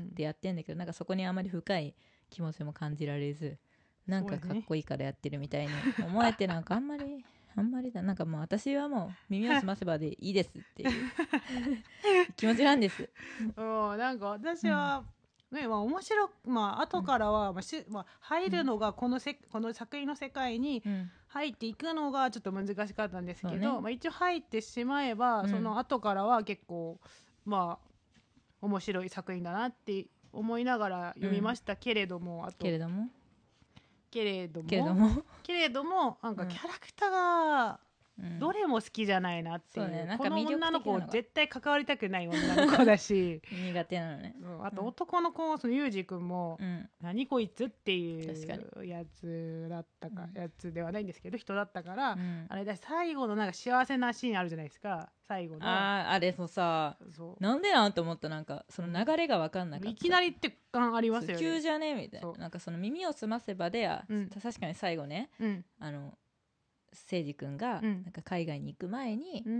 でやってんだけどなんかそこにあまり深い気持ちも感じられず、なんかかっこいいからやってるみたいに思えてなんかあんまりあんまりだなんかもう私はもう耳を澄ませばでいいですっていう気持ちなんです。 うんなんか私は、うんねまあ、面白く、まあ後からは、うんまあしまあ、入るのがこのせ、うん、この作品の世界に入っていくのがちょっと難しかったんですけど、ねまあ、一応入ってしまえば、うん、その後からは結構まあ面白い作品だなって思いながら読みましたけれども、うん、あとけれどもけれどもけれどもけれどもなんかキャラクターがどれも好きじゃないなっていう、うんそうね、なんかこの女の子絶対関わりたくない女の子だし苦手なのね、 うん、あと男の子そのユージ君も、うん、何こいつっていうやつだったか、うん、やつではないんですけど人だったから、うん、あれだ最後のなんか幸せなシーンあるじゃないですか最後のああれもさなんでなんと思ったなんかその流れが分かんなかった、 いきなりって感ありますよね急じゃねみたいななんかその耳を澄ませばでや、うん、確かに最後ね、うん、あの聖司君がなんか海外に行く前に、うん、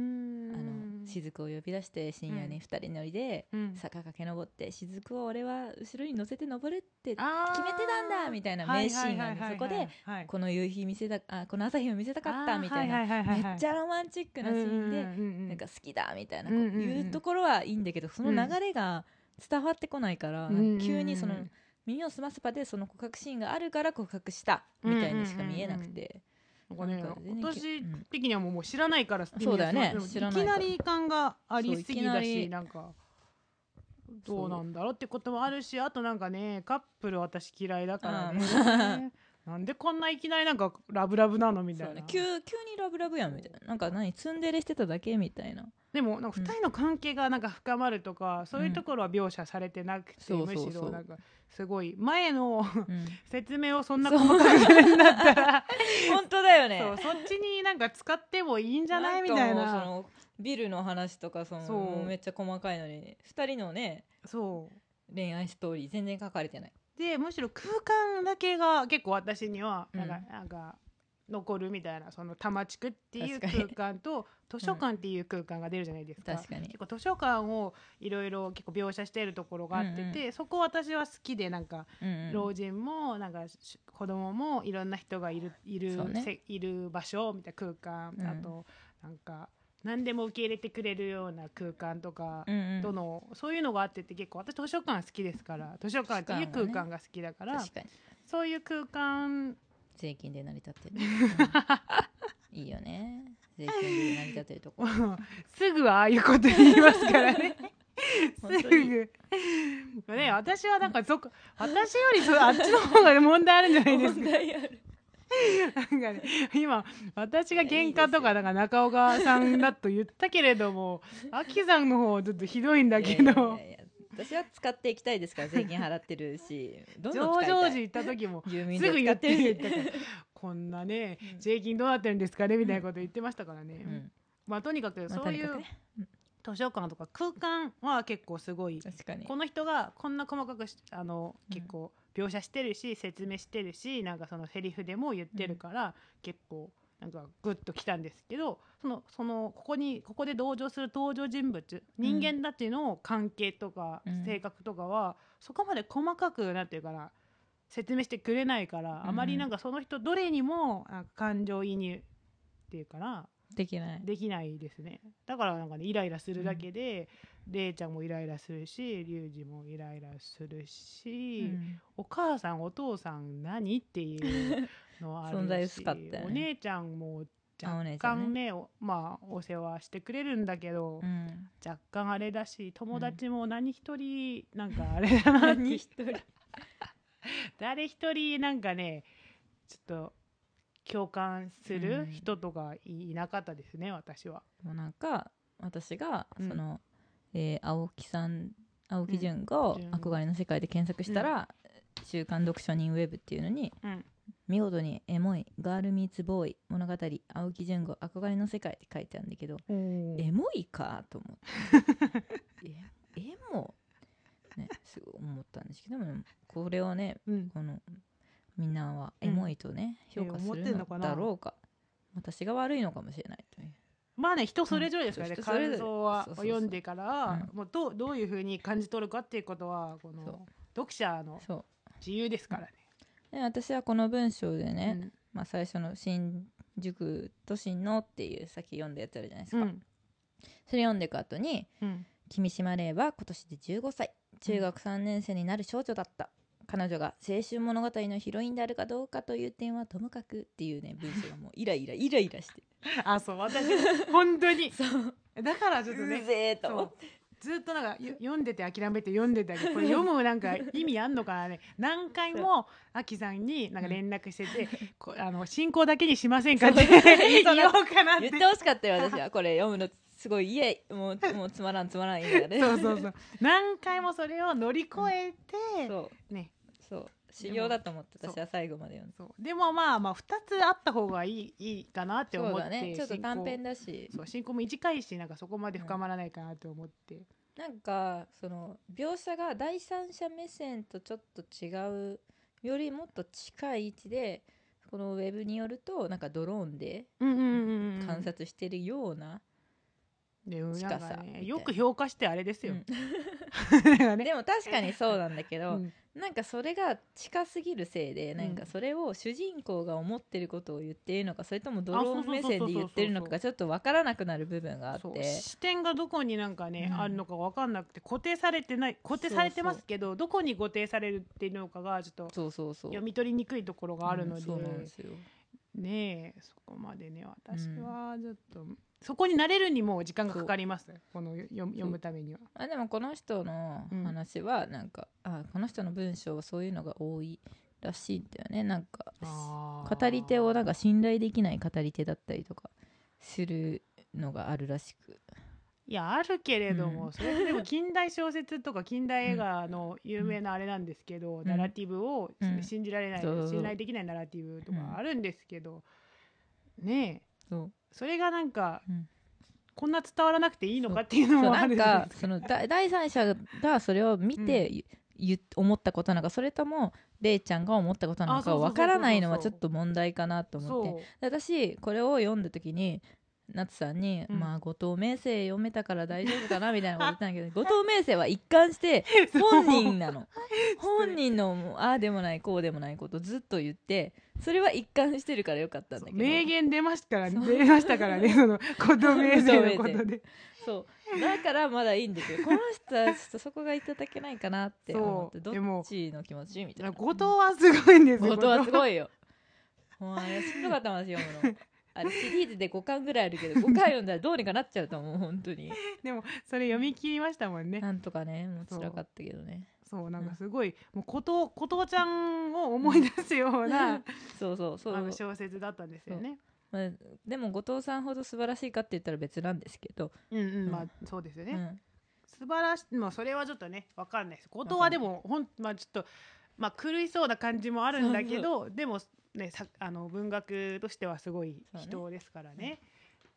あの雫を呼び出して深夜にふたり乗りで坂駆け上って雫を俺は後ろに乗せて登るって決めてたんだみたいな名シーンがあるそこでこの夕日見せたあこの朝日を見せたかったみたいなめっちゃロマンチックなシーンでなんか好きだみたいなこういうところはいいんだけどその流れが伝わってこないから急にその耳を澄ませばでその告白シーンがあるから告白したみたいにしか見えなくてなんかね、なんか私的にはもう知らないから、うん、 そうだよね知らないからいきなり感がありすぎだしなんかどうなんだろうってこともあるしあとなんかねカップル私嫌いだからねなんでこんないきなりなんかラブラブなのみたいな、ね、 急, 急にラブラブやんみたいななんか何ツンデレしてただけみたいなでもなんかふたりの関係がなんか深まるとか、うん、そういうところは描写されてなくて、うん、むしろなんかすごい前の、うん、説明をそんな細かくするんだったら本当だよねそうそっちになんか使ってもいいんじゃないみたいなそのビルの話とかそのもうめっちゃ細かいのにふたりのねそう恋愛ストーリー全然書かれてないでむしろ空間だけが結構私にはなんか、うん、なんか残るみたいなその多摩地区っていう空間と図書館っていう空間が出るじゃないですか、 確かに結構図書館をいろいろ結構描写しているところがあってて、うんうん、そこ私は好きでなんか、うんうん、老人もなんか子供もいろんな人がいる、いる、ね、いる場所みたいな空間、うん、あとなんか何でも受け入れてくれるような空間とか、うんうん、どのそういうのがあってて結構私図書館好きですから図書館っていう空間が好きだから、 確かにそういう空間税金で成り立ってる、うん、いいよね税金で成り立ってるとこすぐああいうこと言いますからねすぐね私はなんかそこ私よりそあっちの方が問題あるんじゃないですか問題あるなんかね、今私が喧嘩とかなんか中岡さんだと言ったけれどもアキさんの方はちょっとひどいんだけどいやいやいや私は使っていきたいですから税金払ってるしどんどん使いたい上場時行った時もすぐ言ってるこんなね、うん、税金どうなってるんですかねみたいなこと言ってましたからね、うん、まあとにかくそういう、まあ図書館とか空間は結構すごい確かにこの人がこんな細かくしあの、うん、結構描写してるし説明してるしなんかそのセリフでも言ってるから、うん、結構なんかグッときたんですけどそのそのここにここで登場する登場人物人間たちの関係とか、うん、性格とかはそこまで細かくなんていうかな説明してくれないから、うん、あまりなんかその人どれにもなんか感情移入っていうかなできないできないですね。だからなんかねイライラするだけで、うん、レイちゃんもイライラするしリュウジもイライラするし、うん、お母さんお父さん何っていうのはあるし存在薄かったよね。 お姉ちゃんも若干 ね, ねまあお世話してくれるんだけど、うん、若干あれだし友達も何一人なんかあれだなって何一人誰一人なんかねちょっと共感する人とかいなかったですね、うん、私は。 もうなんか私がその、うんえー、青木さん青木純子、うん、憧れの世界で検索したら、うん、週刊読書人ウェブっていうのに、うん、見事にエモいガールミーツボーイ物語青木純子憧れの世界って書いてあるんだけど、エモいかと思ってえエモねすごい思ったんですけどもこれをね、うん、このみんなはエモいとね、うん、評価するのだろうか、えー、私が悪いのかもしれないというまあね人それぞれですからね、うん、感想は読んでから、うん、もう ど, どういう風に感じ取るかっていうことはこの読者の自由ですからね。 で私はこの文章でね、うんまあ、最初の新宿都心のっていうさっき読んだやつあるじゃないですか、うん、それ読んでいく後に、うん、君島玲は今年でじゅうごさい中学さんねん生になる少女だった、彼女が青春物語のヒロインであるかどうかという点はともかくっていうね文章がもうイライライライラしてあそう私本当にそうだからちょっとねうぜーと思ってずっとなんか読んでて諦めて読んでたけどこれ読むなんか意味あんのかなね何回もアキさんになんか連絡してて、うん、あの進行だけにしませんかって言おうかなって言ってほしかったよ私はこれ読むのすごいいえもうもうつまらんつまらんいいからねそうそうそう何回もそれを乗り越えて、 うん、そうねそう修行だと思って私は最後まで読んでそうでもまあまあふたつあった方がいい、いいかなって思ってそうだねちょっと短編だしそう進行も短いしなんかそこまで深まらないかなと思って、うん、 なんかその描写が第三者目線とちょっと違うよりもっと近い位置でこのウェブによるとなんかドローンで観察してるような近さ、ね、 よく評価してあれですよ、 うん、でも確かにそうなんだけど、うん、なんかそれが近すぎるせいでなんかそれを主人公が思ってることを言っているのかそれともドローン目線で言ってるのかがちょっと分からなくなる部分があって視点がどこになんかね、うん、あるのか分かんなくて固定されてない固定されてますけどどこに固定されるっていうのかがちょっと読み取りにくいところがあるので、うん、そうなんですよねえそこまでね私はちょっと、うんそこに慣れるにも時間がかかりますこの読むためには。 あでもこの人の話はなんか、うん、あこの人の文章はそういうのが多いらしいんだよねなんか語り手をなんか信頼できない語り手だったりとかするのがあるらしくいやあるけれども、うん、それでも近代小説とか近代映画の有名なあれなんですけど、うん、ナラティブを信じられない、うん、信頼できないナラティブとかあるんですけど、うん、ねえそうそれがなんか、うん、こんな伝わらなくていいのかっていうのもあるんですなんかそのだ第三者がそれを見て、うん、思ったことなのかそれともレイちゃんが思ったことなのか分からないのはちょっと問題かなと思って私これを読んだ時に夏さんに、うん、まあ後藤明生読めたから大丈夫かなみたいなこと言ったんだけど後藤明生は一貫して本人なの本人のああでもないこうでもないことをずっと言ってそれは一貫してるからよかったんだけど名言出ましたから出ましたからねその後藤明生のことでそうだからまだいいんですよこの人はちょっとそこがいただけないかなって思ってどっちの気持ちみたいな後藤はすごいんですよ後藤はすごいよもうあれしんどかったもん読むのあれシリーズでごかんぐらいあるけどごかん読んだらどうにかなっちゃうと思う本当にでもそれ読み切りましたもんねなんとかねもう辛かったけどねそうなんかすごい、うん、もうこと後藤ちゃんを思い出すような、うん、 そうそうそうあの小説だったんですよね、 まあ、でも後藤さんほど素晴らしいかって言ったら別なんですけどうんうん、うん、まあそうですよね、うん、素晴らしいもうそれはちょっとね分かんないです後藤はでもほんまあちょっとまあ狂いそうな感じもあるんだけどそうそうでもねさあの文学としてはすごい人ですからね、ね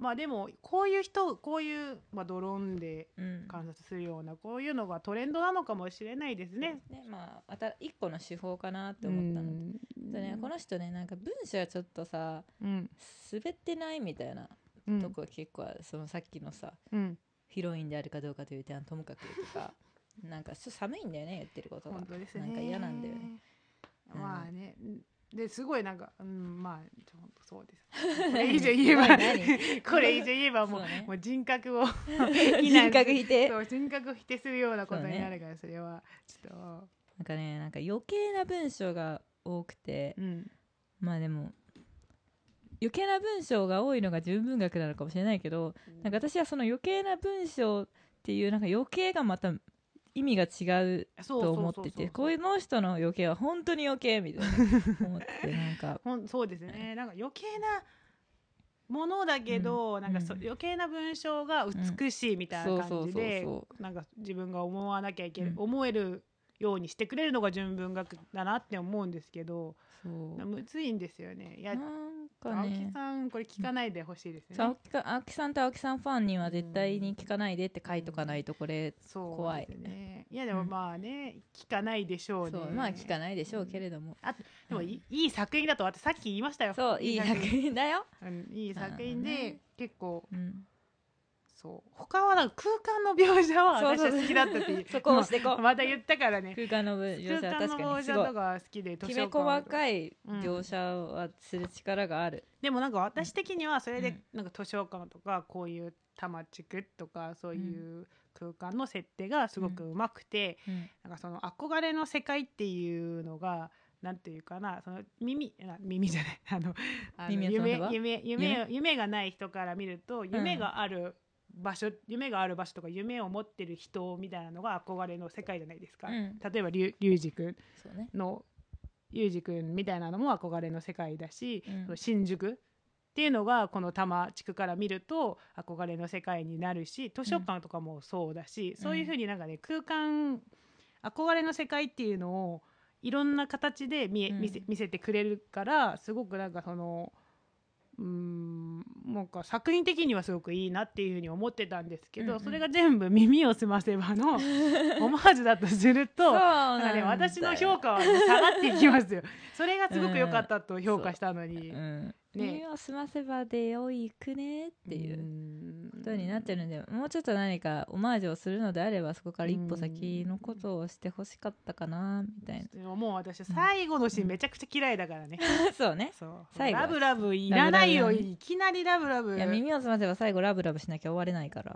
まあでもこういう人こういう、まあ、ドローンで観察するような、うん、こういうのがトレンドなのかもしれないですね。 ね、まあ、あた一個の手法かなって思ったので、うんね、この人ねなんか文章はちょっとさ、うん、滑ってないみたいなとこ結構ある、そのさっきのさ、うん、ヒロインであるかどうかという点はともかくとかなんかちょっと寒いんだよね言ってることが。 本当ですね。 なんか嫌なんだよね。 まあね、ですごいなんか、うん、まあ本当そうです。これ以上言えばこれ以上言えばもう、ね、もう人格を人格否定そう人格を否定するようなことになるから、それはちょっとなんかねなんか余計な文章が多くて、うん、まあでも余計な文章が多いのが純文学なのかもしれないけど、うん、なんか私はその余計な文章っていうなんか余計がまた意味が違うと思ってて、こういうの人の余計は本当に余計みたいな思ってなんかそうですね、なんか余計なものだけど、うん、なんかそ、うん、余計な文章が美しいみたいな感じで、なんか自分が思わなきゃいけない、うん、思えるようにしてくれるのが純文学だなって思うんですけど、そうむずいんですよね。いやなんかね、青木さんこれ聞かないでほしいですね。 青木か青木さんと青木さんファンには絶対に聞かないでって書いとかないとこれ怖い、 うん、そうですね。いやでもまあね、うん、聞かないでしょうね。 そうまあ聞かないでしょうけれども、 あでも、うん、いい作品だと私さっき言いましたよ。 そういい作品だよ、 うん、いい作品で、ね、結構、うん、そう他はなんか空間の描写は私は好きだったっていうそこをしてこうまた言ったからね。 空間の描写は確かにすごい空間の描写とか好きで、 きめ細かい描写はする力がある、 うん、でもなんか私的にはそれでなんか図書館とかこういう多摩地区とかそういう空間の設定がすごくうまくて、うん、なんかその憧れの世界っていうのがなんていうかな、その耳耳じゃないあのあの夢夢夢夢がない人から見ると夢がある場所、うん、夢がある場所とか夢を持ってる人みたいなのが憧れの世界じゃないですか、うん、例えばリュウジ君のリュウジ君みたいなのも憧れの世界だし、うん、新宿っていうのがこの多摩地区から見ると憧れの世界になるし、図書館とかもそうだし、うん、そういう風になんかね空間憧れの世界っていうのをいろんな形で 見, え見, せ見せてくれるからすごくなんかそのうーんなんか作品的にはすごくいいなっていうふうに思ってたんですけど、うんうん、それが全部耳をすませばのオマージュだとするとなんか、ね、私の評価は、ね、下がっていきますよ。それがすごく良かったと評価したのに、うんうんね、耳をすませばでよいくねっていうことになってるんで、もうちょっと何かオマージュをするのであればそこから一歩先のことをしてほしかったかなみたいな。 でももう私最後のシーンめちゃくちゃ嫌いだからね、 うん、そうね、そう最後ラブラブいらないよ、いきなりラブラブ。 いや耳をすませば最後ラブラブしなきゃ終われないから、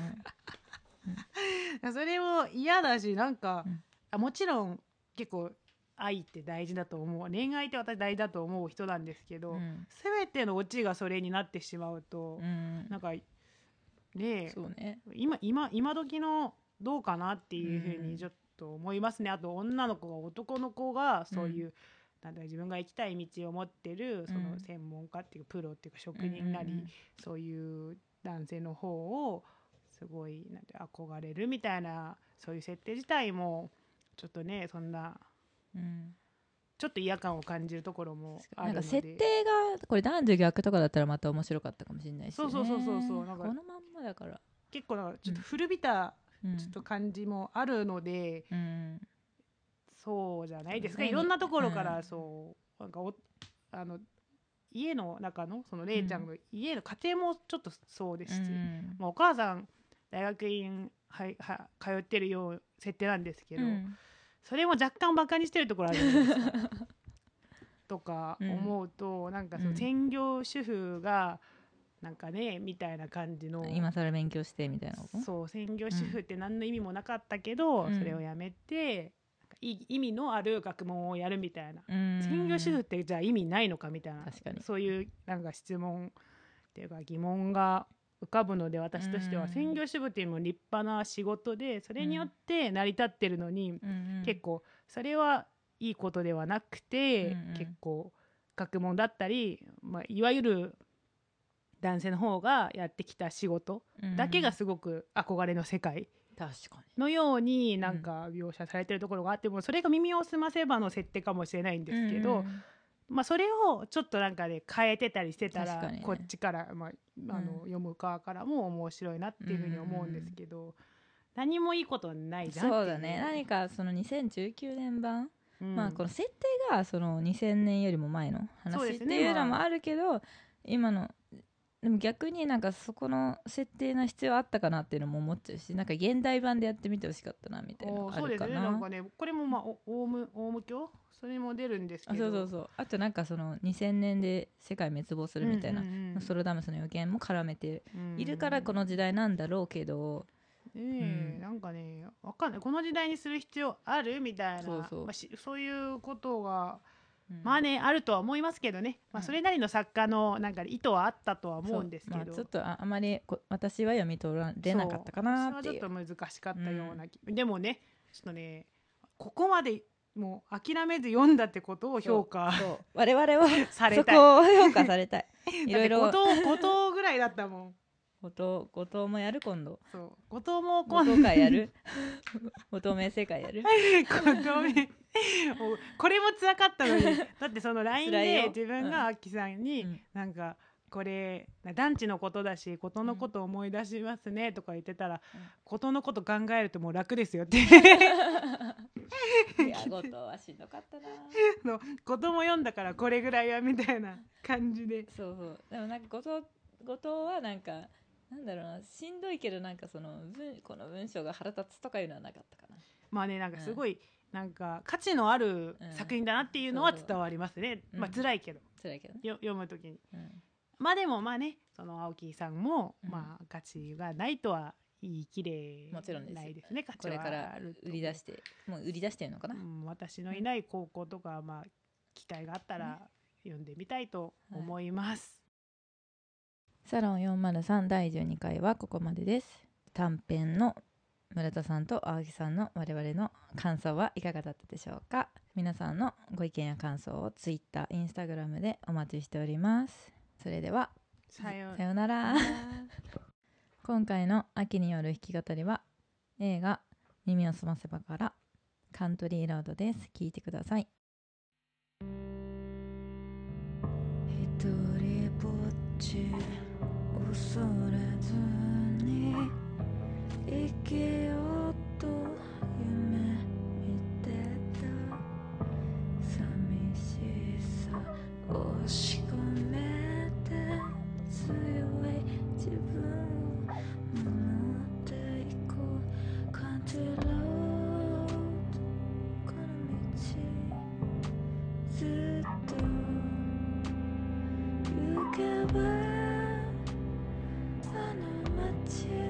うん、それも嫌だしなんか、うん、あもちろん結構愛って大事だと思う、恋愛って私大事だと思う人なんですけど、うん、全てのオチがそれになってしまうと、うん、なんかねえ、そうね、今今今時のどうかなっていうふうにちょっと思いますね、うん、あと女の子が男の子がそういう、うん、なんだ自分が行きたい道を持ってるその専門家っていうかプロっていうか職人なり、うんうんうん、そういう男性の方をすごいなんて憧れるみたいなそういう設定自体もちょっとねそんなうん、ちょっと嫌感を感じるところもあるので、なんか設定がこれ男女逆とかだったらまた面白かったかもしれないし、ね、 そうそうそうそうそうなんかこのまんまだから結構なんかちょっと古びたちょっと感じもあるので、うん、そうじゃないですか、いろんなところからそう、なんかおあの家の中のそのれいちゃんの家の家庭もちょっとそうですし、うんまあ、お母さん大学院はは通ってるよう設定なんですけど、うんそれも若干バカにしてるところあるじゃないですかとか思うと、うん、なんかその専業主婦がなんかねみたいな感じの今更勉強してみたいなことそう専業主婦って何の意味もなかったけど、うん、それをやめて意味のある学問をやるみたいな、うん、専業主婦ってじゃあ意味ないのかみたいな確かにそういうなんか質問っていうか疑問が浮かぶので私としては、うん、専業主婦っていうのも立派な仕事でそれによって成り立ってるのに、うん、結構それはいいことではなくて、うん、結構学問だったり、まあ、いわゆる男性の方がやってきた仕事だけがすごく憧れの世界のようになんか描写されてるところがあってもそれが耳をすませばの設定かもしれないんですけど、うんまあ、それをちょっとなんかで、ね、変えてたりしてたら、ね、こっちから、まあ、あの、うん、読む側からも面白いなっていうふうに思うんですけど、うん、何もいいことないじゃんっていう。 そうだね。何かそのにせんじゅうきゅうねん版、うん、まあこの設定がそのにせんねんよりも前の話っていうのもあるけど、ね、まあ、今のでも逆になんかそこの設定の必要あったかなっていうのも思っちゃうし、なんか現代版でやってみてほしかったなみたいなのあるかな。そうですね。 なんかね、これもまあオウムオウム教それも出るんですけど、 あ、そうそうそう。あとなんかそのにせんねんで世界滅亡するみたいな、うんうんうん、ノストラダムスの予言も絡めているからこの時代なんだろうけど、 ねえ、うん、なんかね、わかんない、この時代にする必要あるみたいな、そうそう、まあ、そういうことが、うん、まあね、あるとは思いますけどね、まあ、それなりの作家のなんか意図はあったとは思うんですけど、まあ、 ちょっと あ, あまりこ私は読み取られなかったかなっていう。 それはちょっと難しかったような、うん、でもね、ちょっとね、ここまでもう諦めず読んだってことを評価、 そうそう、我々はされたい、そこを評価されたい。いろいろ後藤、後藤ぐらいだったもん。 後藤、後藤もやる今度。 そう、後藤も今度後藤会やる。後藤名声会やる。 後藤名これも辛かったのに、だってその ライン で自分がアッキさんに、うん、なんかこれ団地のことだしことのこと思い出しますねとか言ってたら、うん、ことのこと考えるともう楽ですよっていや後藤はしんどかったなことも読んだからこれぐらいはみたいな感じで、 そうそう、でもなんか後藤後藤はなんかなんだろうな、しんどいけどなんかその文この文章が腹立つとかいうのはなかったかな。 まあね、なんかすごい、うん、なんか価値のある作品だなっていうのは伝わりますね、うん、まあ辛いけど、 辛いけどね、 よ読むときに、うん、まあでもまあね、その青木さんも、うん、まあ価値がないとは言い切れないですね。価値はこれから売り出してもう売り出してるのかな、うん、 私のいない高校とか、まあ機会があったら読んでみたいと思います、 はい、サロンよんまるさんだいじゅうにかいはここまでです。短編の村田さんと青木さんの我々の感想はいかがだったでしょうか。皆さんのご意見や感想をツイッター、インスタグラムでお待ちしております。それではさようなら今回の秋による弾き語りは映画耳をすませばからカントリーロードです。聴いてください。一人ぼっち恐れずに生きようと夢見てた、寂しさ押し込めて強い自分を守っていこう。カントリーロード、この道ずっと行けばあの街